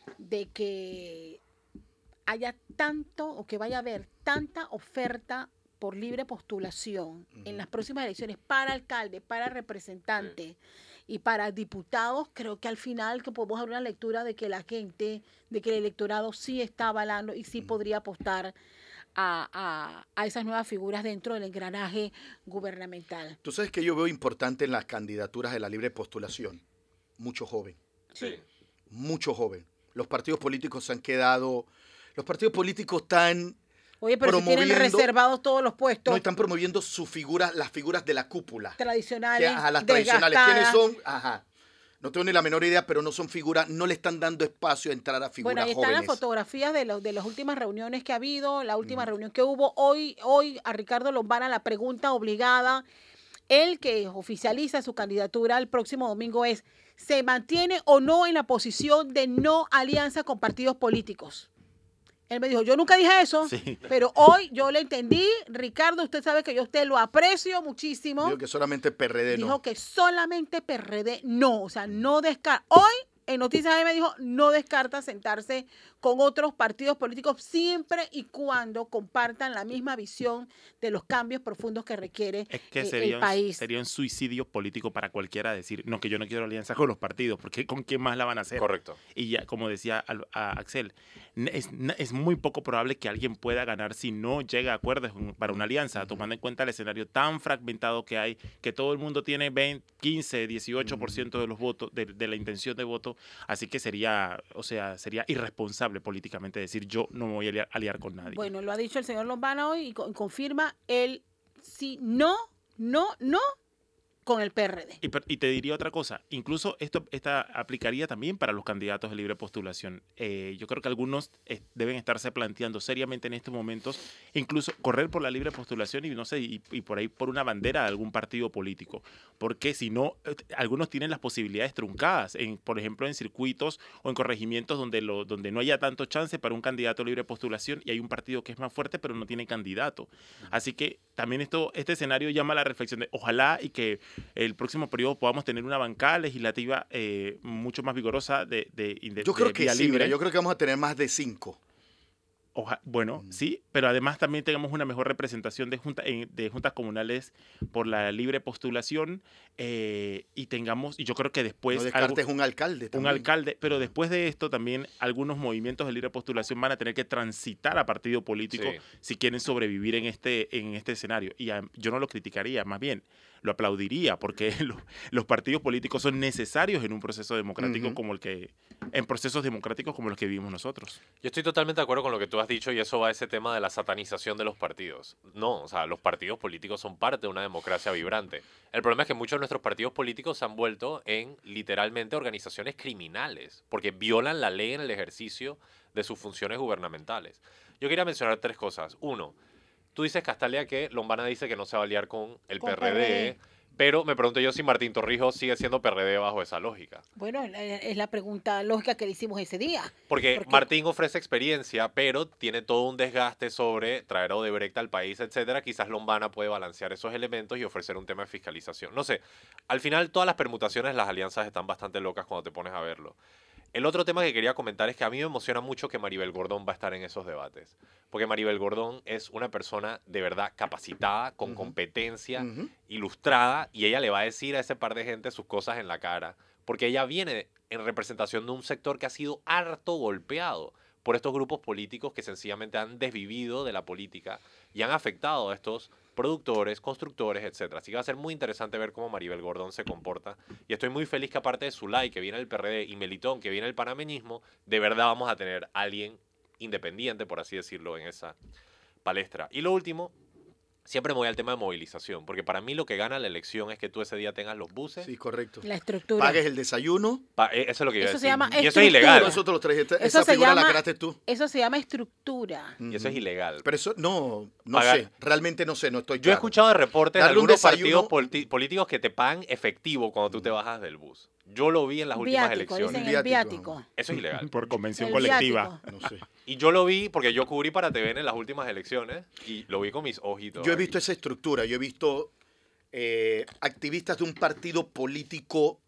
haya tanto o que vaya a haber tanta oferta por libre postulación en las próximas elecciones para alcalde, para representante y para diputados, creo que al final que podemos dar una lectura de que la gente, de que el electorado sí está avalando y sí podría apostar a esas nuevas figuras dentro del engranaje gubernamental. Tú sabes que yo veo importante en las candidaturas de la libre postulación. Mucho joven. Sí. Mucho joven. Los partidos políticos se han quedado... Los partidos políticos están... Oye, pero si tienen promoviendo- reservados todos los puestos No están promoviendo las figuras de la cúpula. tradicionales, Las tradicionales. ¿Quiénes desgastadas. son? Ajá. No tengo ni la menor idea, pero no son figuras, no le están dando espacio a entrar a figuras Bueno, ahí están jóvenes. las fotografías de las últimas reuniones que ha habido, la última reunión que hubo. Hoy a Ricardo Lombana la pregunta obligada él que oficializa su candidatura el próximo domingo es, ¿se mantiene o no en la posición de no alianza con partidos políticos? Él me dijo, yo nunca dije eso, Sí. pero hoy yo le entendí. Ricardo, usted sabe que yo a usted lo aprecio muchísimo. Digo que solamente PRD Dijo no. que solamente PRD no, o sea, no descarta. Hoy en Noticias AM dijo, no descarta sentarse con otros partidos políticos siempre y cuando compartan la misma visión de los cambios profundos que requiere Es que el país. sería un suicidio político para cualquiera decir, no, que yo no quiero alianza con los partidos, porque ¿con quién más la van a hacer? Correcto. Y ya, como decía a Axel, es muy poco probable que alguien pueda ganar si no llega a acuerdos para una alianza, tomando en cuenta el escenario tan fragmentado que hay, que todo el mundo tiene 20, 15, 18% de los votos, de la intención de voto, así que sería irresponsable políticamente decir yo no me voy a aliar con nadie. Bueno, lo ha dicho el señor Lombana hoy y confirma el sí, no con el PRD. Y te diría otra cosa, incluso esta aplicaría también para los candidatos de libre postulación. Yo creo que algunos deben estarse planteando seriamente en estos momentos, incluso correr por la libre postulación y no sé, y por ahí por una bandera de algún partido político, porque si no, algunos tienen las posibilidades truncadas, por ejemplo en circuitos o en corregimientos donde no haya tanto chance para un candidato de libre postulación y hay un partido que es más fuerte pero no tiene candidato. Así que también este escenario llama a la reflexión de ojalá y que el próximo periodo podamos tener una bancada legislativa mucho más vigorosa Yo creo que vía sí, libre. mira, yo creo que vamos a tener más de 5. Bueno, sí, pero además también tengamos una mejor representación de juntas comunales por la libre postulación y yo creo que después... No descartes un alcalde también. Pero después de esto también algunos movimientos de libre postulación van a tener que transitar a partido político Sí. si quieren sobrevivir en este escenario. Y yo no lo criticaría, más bien lo aplaudiría, porque los partidos políticos son necesarios en un proceso democrático en procesos democráticos como los que vivimos nosotros. Yo estoy totalmente de acuerdo con lo que tú has dicho y eso va a ese tema de la satanización de los partidos. No, o sea, los partidos políticos son parte de una democracia vibrante. El problema es que muchos de nuestros partidos políticos se han vuelto en literalmente organizaciones criminales porque violan la ley en el ejercicio de sus funciones gubernamentales. Yo quería mencionar 3 cosas. 1, tú dices, Castalia, que Lombana dice que no se va a aliar con el Con PRD, PRD. pero me pregunto yo si Martín Torrijos sigue siendo PRD bajo esa lógica. Bueno, es la pregunta lógica que le hicimos ese día. Porque Martín ofrece experiencia, pero tiene todo un desgaste sobre traer a Odebrecht al país, etcétera. Quizás Lombana puede balancear esos elementos y ofrecer un tema de fiscalización. No sé, al final todas las permutaciones, las alianzas están bastante locas cuando te pones a verlo. El otro tema que quería comentar es que a mí me emociona mucho que Maribel Gordón va a estar en esos debates. Porque Maribel Gordón es una persona de verdad capacitada, con competencia, ilustrada, y ella le va a decir a ese par de gente sus cosas en la cara. Porque ella viene en representación de un sector que ha sido harto golpeado por estos grupos políticos que sencillamente han desvivido de la política y han afectado a estos productores, constructores, etc. Así que va a ser muy interesante ver cómo Maribel Gordón se comporta. Y estoy muy feliz que aparte de Zulay, que viene el PRD, y Melitón, que viene el panameñismo, de verdad vamos a tener a alguien independiente, por así decirlo, en esa palestra. Y lo último, siempre me voy al tema de movilización, porque para mí lo que gana la elección es que tú ese día tengas los buses. Sí, correcto. La estructura. Pagues el desayuno. Eso es lo que iba a Eso decir. se llama Y eso es estructura. ilegal. Nosotros los tres. Eso Esa se figura la llama- creaste tú. Eso se llama estructura. Y eso es ilegal. Pero eso no Pagar- sé. Realmente no sé, no estoy Yo he claro. escuchado de reportes de Darle un algunos desayuno- partidos políticos que te pagan efectivo cuando tú te bajas del bus. Yo lo vi en las últimas Viático, elecciones. dicen el Viático. viático. Eso es ilegal. Por convención El colectiva. viático. No sé. Y yo lo vi porque yo cubrí para TVN en las últimas elecciones y lo vi con mis ojitos. Yo he aquí. visto esa estructura. Yo he visto activistas de un partido político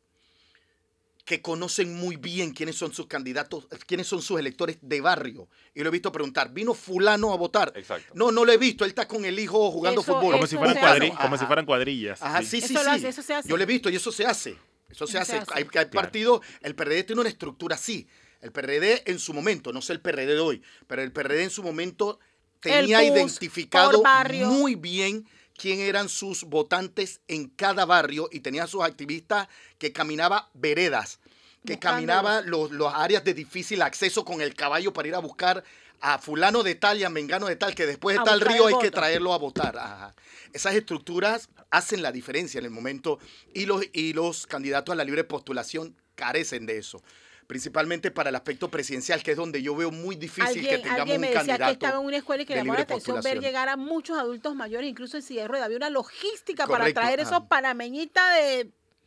que conocen muy bien quiénes son sus candidatos, quiénes son sus electores de barrio. Y lo he visto preguntar, ¿vino fulano a votar? Exacto. No, no lo he visto. Él está con el hijo jugando Eso fútbol. Como Eso si fueran se hace. como si fueran cuadrillas. Ajá, sí. sí, sí, Eso lo sí. hace, eso se hace. Yo lo he visto y eso se hace. Eso se Eso hace. se hace. Hay partidos, el PRD tiene una estructura así. El PRD en su momento, no sé el PRD de hoy, pero el PRD en su momento tenía El bus identificado por barrio. muy bien quién eran sus votantes en cada barrio y tenía sus activistas que caminaba veredas, que caminaba los áreas de difícil acceso con el caballo para ir a buscar a fulano de tal y a mengano de tal, que después de A tal buscar río el hay que voto. traerlo a votar. Ajá. Esas estructuras hacen la diferencia en el momento y los candidatos a la libre postulación carecen de eso. principalmente para el aspecto presidencial, que es donde yo veo muy difícil que tengamos alguien me un decía candidato que estaba en una escuela y que de le llamó la libre atención ver postulación. llegar a muchos adultos mayores, incluso en silla de ruedas. Había una logística para Correcto, traer ajá. esos panameñitas de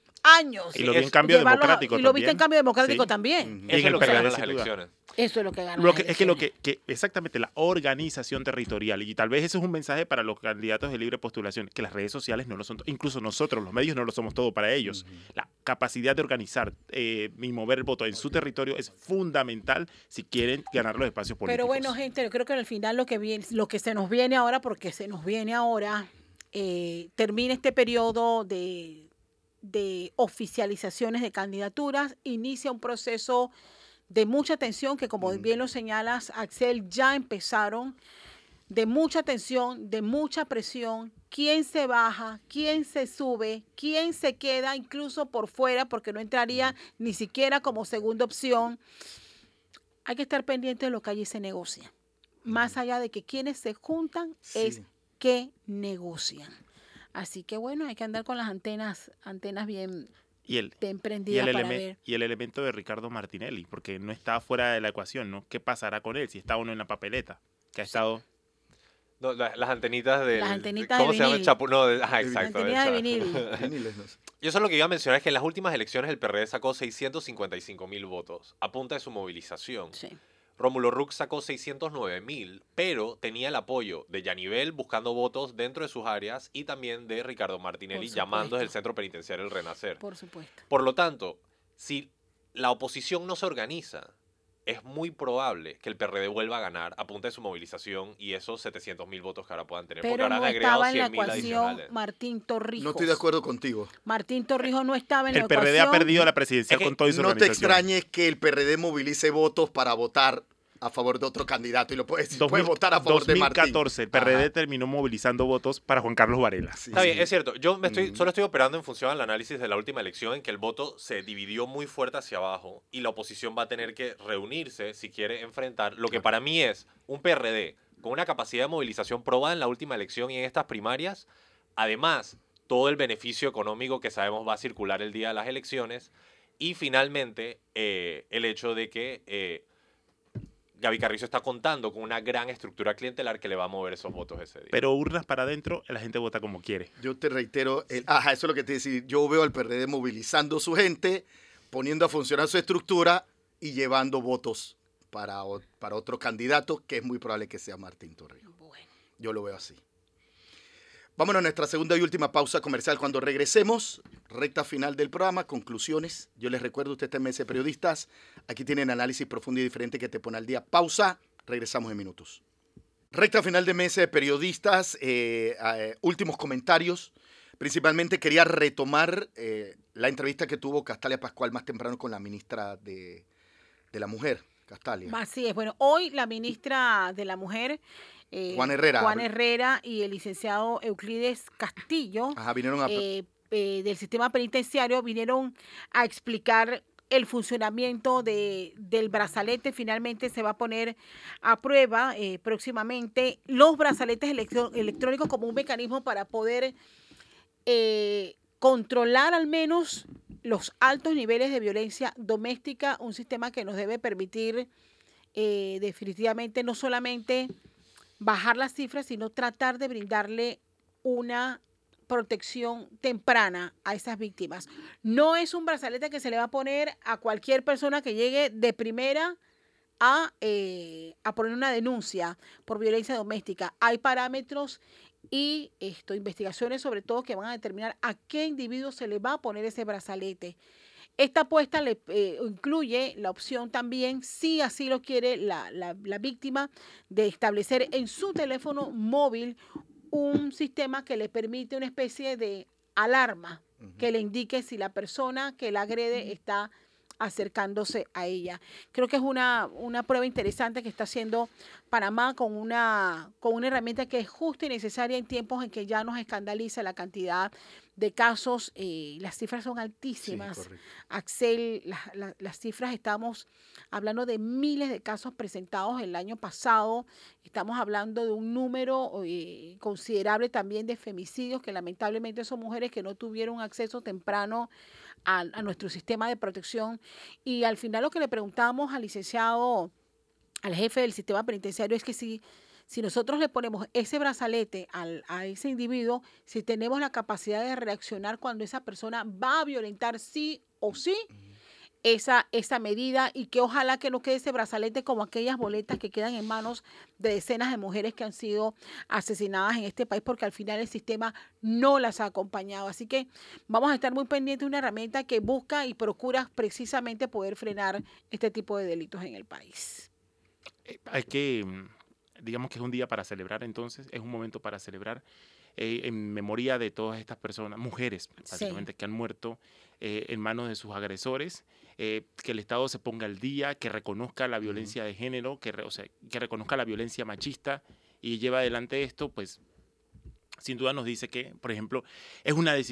años. Y lo vi en cambio Llevarlos a- democrático y lo viste en también. cambio democrático Sí. también. Eso en es lo el que gana PRD, las sin duda. elecciones. Eso es lo que gana. Exactamente, la organización territorial, y tal vez ese es un mensaje para los candidatos de libre postulación, que las redes sociales no lo son, incluso nosotros, los medios, no lo somos todo para ellos. La capacidad de organizar y mover el voto en su territorio es fundamental si quieren ganar los espacios políticos. Pero bueno, gente, yo creo que al final lo que se nos viene ahora, porque se nos viene ahora, termina este periodo de oficializaciones de candidaturas, inicia un proceso de mucha tensión que, como bien lo señalas, Axel, ya empezaron, de mucha tensión, de mucha presión, quién se baja, quién se sube, quién se queda incluso por fuera porque no entraría ni siquiera como segunda opción. Hay que estar pendiente de lo que allí se negocia. Más allá de que quienes se juntan es que negocian. Así que bueno, hay que andar con las antenas bien prendidas para ver. Y el elemento de Ricardo Martinelli, porque no está fuera de la ecuación, ¿no? ¿Qué pasará con él si está uno en la papeleta? Que ha estado... No, las antenitas de... Las antenitas ¿Cómo de se llama el vinil. chapu? No, exacto. Antenitas de esa. vinil. Viniles, no sé. Yo eso lo que iba a mencionar es que en las últimas elecciones el PRD sacó 655.000 votos a punta de su movilización. Sí. Rómulo Rux sacó 609.000, pero tenía el apoyo de Yanivel buscando votos dentro de sus áreas y también de Ricardo Martinelli Por llamando supuesto. desde el Centro Penitenciario El Renacer. Por supuesto. Por lo tanto, si la oposición no se organiza, es muy probable que el PRD vuelva a ganar a punta de su movilización y esos 700.000 votos que ahora puedan tener. porque Pero ahora no han agregado estaba en la 100.000 ecuación adicionales. Martín Torrijos. No estoy de acuerdo contigo. Martín Torrijos no estaba en la El ecuación. PRD ha perdido la presidencial Es que con toda su No te organización. extrañes que el PRD movilice votos para votar a favor de otro candidato y lo puedes votar a favor de Martín. 2014, el PRD Ajá. terminó movilizando votos para Juan Carlos Varela. Sí, Está bien, sí. es cierto. Yo solo estoy operando en función al análisis de la última elección en que el voto se dividió muy fuerte hacia abajo y la oposición va a tener que reunirse si quiere enfrentar lo que para mí es un PRD con una capacidad de movilización probada en la última elección y en estas primarias. Además, todo el beneficio económico que sabemos va a circular el día de las elecciones. Y finalmente, el hecho de que Gaby Carrizo está contando con una gran estructura clientelar que le va a mover esos votos ese día. Pero urnas para adentro, la gente vota como quiere. Yo te reitero, eso es lo que te decía. Yo veo al PRD movilizando su gente, poniendo a funcionar su estructura y llevando votos para otro candidato, que es muy probable que sea Martín Torrijos. Bueno. Yo lo veo así. Vámonos a nuestra segunda y última pausa comercial. Cuando regresemos, recta final del programa, conclusiones. Yo les recuerdo, usted está en Mesa de Periodistas. Aquí tienen análisis profundo y diferente que te pone al día. Pausa, regresamos en minutos. Recta final de Mesa de Periodistas, últimos comentarios. Principalmente quería retomar la entrevista que tuvo Castalia Pascual más temprano con la ministra de la Mujer, Castalia. Así es. Bueno, hoy la ministra de la Mujer, Juan Herrera y el licenciado Euclides Castillo, Ajá, vinieron a... del sistema penitenciario, vinieron a explicar el funcionamiento del brazalete. Finalmente se va a poner a prueba próximamente los brazaletes electrónicos como un mecanismo para poder controlar al menos los altos niveles de violencia doméstica, un sistema que nos debe permitir definitivamente no solamente bajar las cifras, sino tratar de brindarle una protección temprana a esas víctimas. No es un brazalete que se le va a poner a cualquier persona que llegue de primera a poner una denuncia por violencia doméstica. Hay parámetros y investigaciones sobre todo que van a determinar a qué individuo se le va a poner ese brazalete. Esta apuesta incluye la opción también, si así lo quiere la víctima, de establecer en su teléfono móvil un sistema que le permite una especie de alarma que le indique si la persona que la agrede está acercándose a ella. Creo que es una prueba interesante que está haciendo Panamá con una herramienta que es justa y necesaria en tiempos en que ya nos escandaliza la cantidad de casos. Las cifras son altísimas. Sí, Axel, las cifras, estamos hablando de miles de casos presentados el año pasado. Estamos hablando de un número considerable también de femicidios que lamentablemente son mujeres que no tuvieron acceso temprano a nuestro sistema de protección. Y al final lo que le preguntamos al licenciado, al jefe del sistema penitenciario, es que si nosotros le ponemos ese brazalete a ese individuo, si tenemos la capacidad de reaccionar cuando esa persona va a violentar sí o sí esa medida, y que ojalá que no quede ese brazalete como aquellas boletas que quedan en manos de decenas de mujeres que han sido asesinadas en este país, porque al final el sistema no las ha acompañado. Así que vamos a estar muy pendientes de una herramienta que busca y procura precisamente poder frenar este tipo de delitos en el país. Hay que, digamos que es un día para celebrar, entonces, es un momento para celebrar en memoria de todas estas personas, mujeres, básicamente, que han muerto en manos de sus agresores, que el Estado se ponga al día, que reconozca la violencia de género, que reconozca la violencia machista y lleva adelante esto, pues, sin duda nos dice que, por ejemplo, es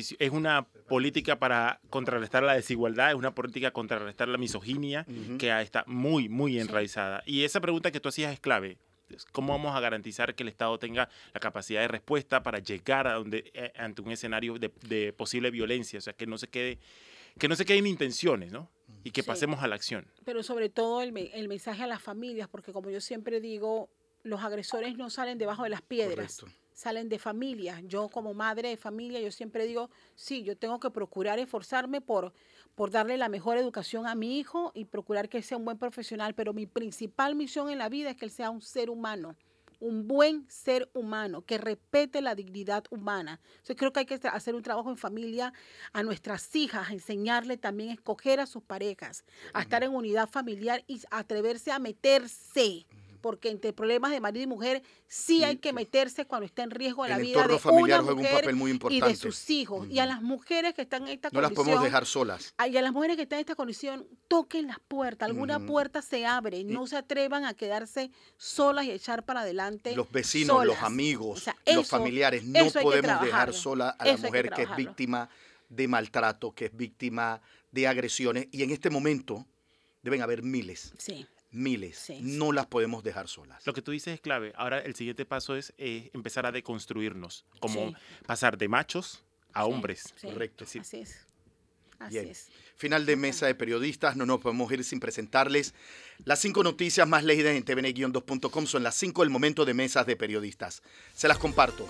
una política para contrarrestar la desigualdad, es una política para contrarrestar la misoginia, que está muy, muy enraizada. Y esa pregunta que tú hacías es clave. ¿Cómo vamos a garantizar que el Estado tenga la capacidad de respuesta para llegar ante un escenario de posible violencia? O sea, que no se queden intenciones, ¿no? Y que pasemos a la acción. Pero sobre todo el mensaje a las familias, porque como yo siempre digo, los agresores no salen debajo de las piedras. Correcto. Salen de familia. Yo como madre de familia, yo siempre digo, sí, yo tengo que procurar esforzarme por darle la mejor educación a mi hijo y procurar que sea un buen profesional, pero mi principal misión en la vida es que él sea un ser humano, un buen ser humano, que respete la dignidad humana. Entonces creo que hay que hacer un trabajo en familia a nuestras hijas, enseñarle también a escoger a sus parejas, a estar en unidad familiar y atreverse a meterse, porque entre problemas de marido y mujer sí hay que meterse cuando está en riesgo la vida de una mujer un papel muy importante. Y de sus hijos. Y a las mujeres que están en esta condición. No las podemos dejar solas. Y a las mujeres que están en esta condición, toquen las puertas. Alguna puerta se abre. No se atrevan a quedarse solas y echar para adelante. Los vecinos, solas. Los amigos, los familiares. No podemos dejar sola a la mujer que es víctima de maltrato, que es víctima de agresiones. Y en este momento deben haber miles. Sí. Miles. No las podemos dejar solas. Lo que tú dices es clave. Ahora el siguiente paso es empezar a deconstruirnos, como pasar de machos a hombres. Correcto. Así es. Bien. Final de mesa de periodistas. No nos podemos ir sin presentarles las 5 noticias más leídas en tvn-2.com. Son las 5 del momento de mesas de periodistas. Se las comparto.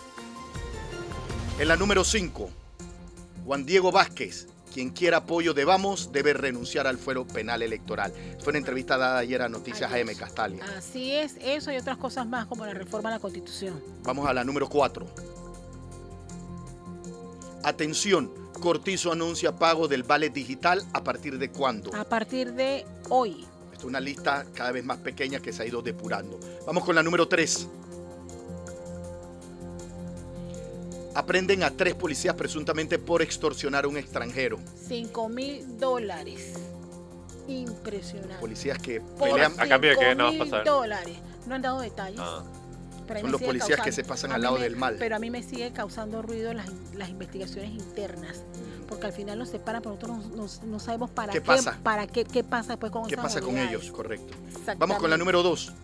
En la número 5, Juan Diego Vázquez. Quien quiera apoyo de Vamos debe renunciar al fuero penal electoral. Fue una entrevista dada ayer a Noticias AM Castalia. Así es, eso y otras cosas más como la reforma a la Constitución. Vamos a la número 4. Atención, Cortizo anuncia pago del vale digital. ¿A partir de cuándo? A partir de hoy. Esta es una lista cada vez más pequeña que se ha ido depurando. Vamos con la número 3. Aprenden a 3 policías presuntamente por extorsionar a un extranjero. $5,000. Impresionante. Policías que pelean. ¿A cambio de qué no va a pasar? $5,000. No han dado detalles. Son los policías que se pasan al lado del mal. Pero a mí me sigue causando ruido las investigaciones internas. Porque al final los separan, pero nosotros no sabemos para qué pasa. ¿Qué pasa después con ¿Qué esas pasa unidades? con ellos? Correcto. Vamos con la número 2.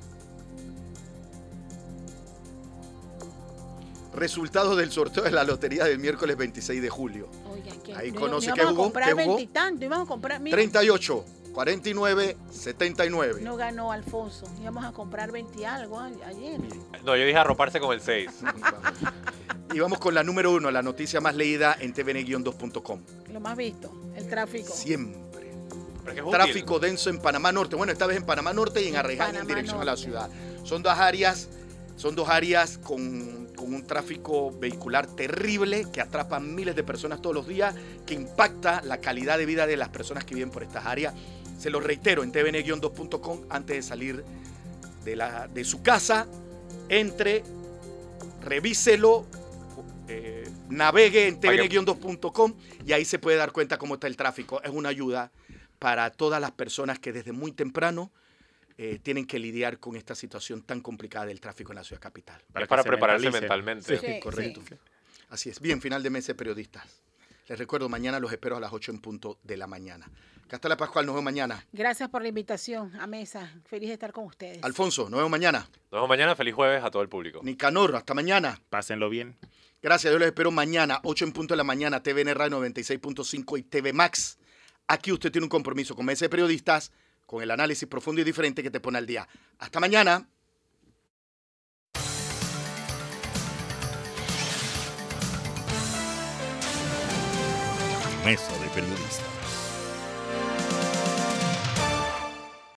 Resultados del sorteo de la lotería del miércoles 26 de julio. Oigan, ahí conoce que jugó. Íbamos a comprar 38, 49, 79. No ganó Alfonso. Íbamos a comprar 20 y algo ayer. No, yo dije arroparse con el 6. Y vamos con la número 1, la noticia más leída en tvn-2.com. Lo más visto, el tráfico. Siempre. Tráfico denso en Panamá Norte. Bueno, esta vez en Panamá Norte y en Arreján en dirección a la ciudad. Son dos áreas con un tráfico vehicular terrible que atrapa miles de personas todos los días, que impacta la calidad de vida de las personas que viven por estas áreas. Se lo reitero, en tvn-2.com, antes de salir de su casa, entre, revíselo, navegue en tvn-2.com y ahí se puede dar cuenta cómo está el tráfico. Es una ayuda para todas las personas que desde muy temprano tienen que lidiar con esta situación tan complicada del tráfico en la ciudad capital. Para prepararse mentalmente. Sí, correcto. Sí. Así es. Bien, final de mes de periodistas. Les recuerdo, mañana los espero a las 8 en punto de la mañana. Castela Pascual, nos vemos mañana. Gracias por la invitación a mesa. Feliz de estar con ustedes. Alfonso, nos vemos mañana. Nos vemos mañana. Feliz jueves a todo el público. Nicanor, hasta mañana. Pásenlo bien. Gracias, yo les espero mañana, 8 en punto de la mañana, TVN Radio 96.5 y TV Max. Aquí usted tiene un compromiso con Mesa de Periodistas, con el análisis profundo y diferente que te pone al día. Hasta mañana. Mesa de Periodistas.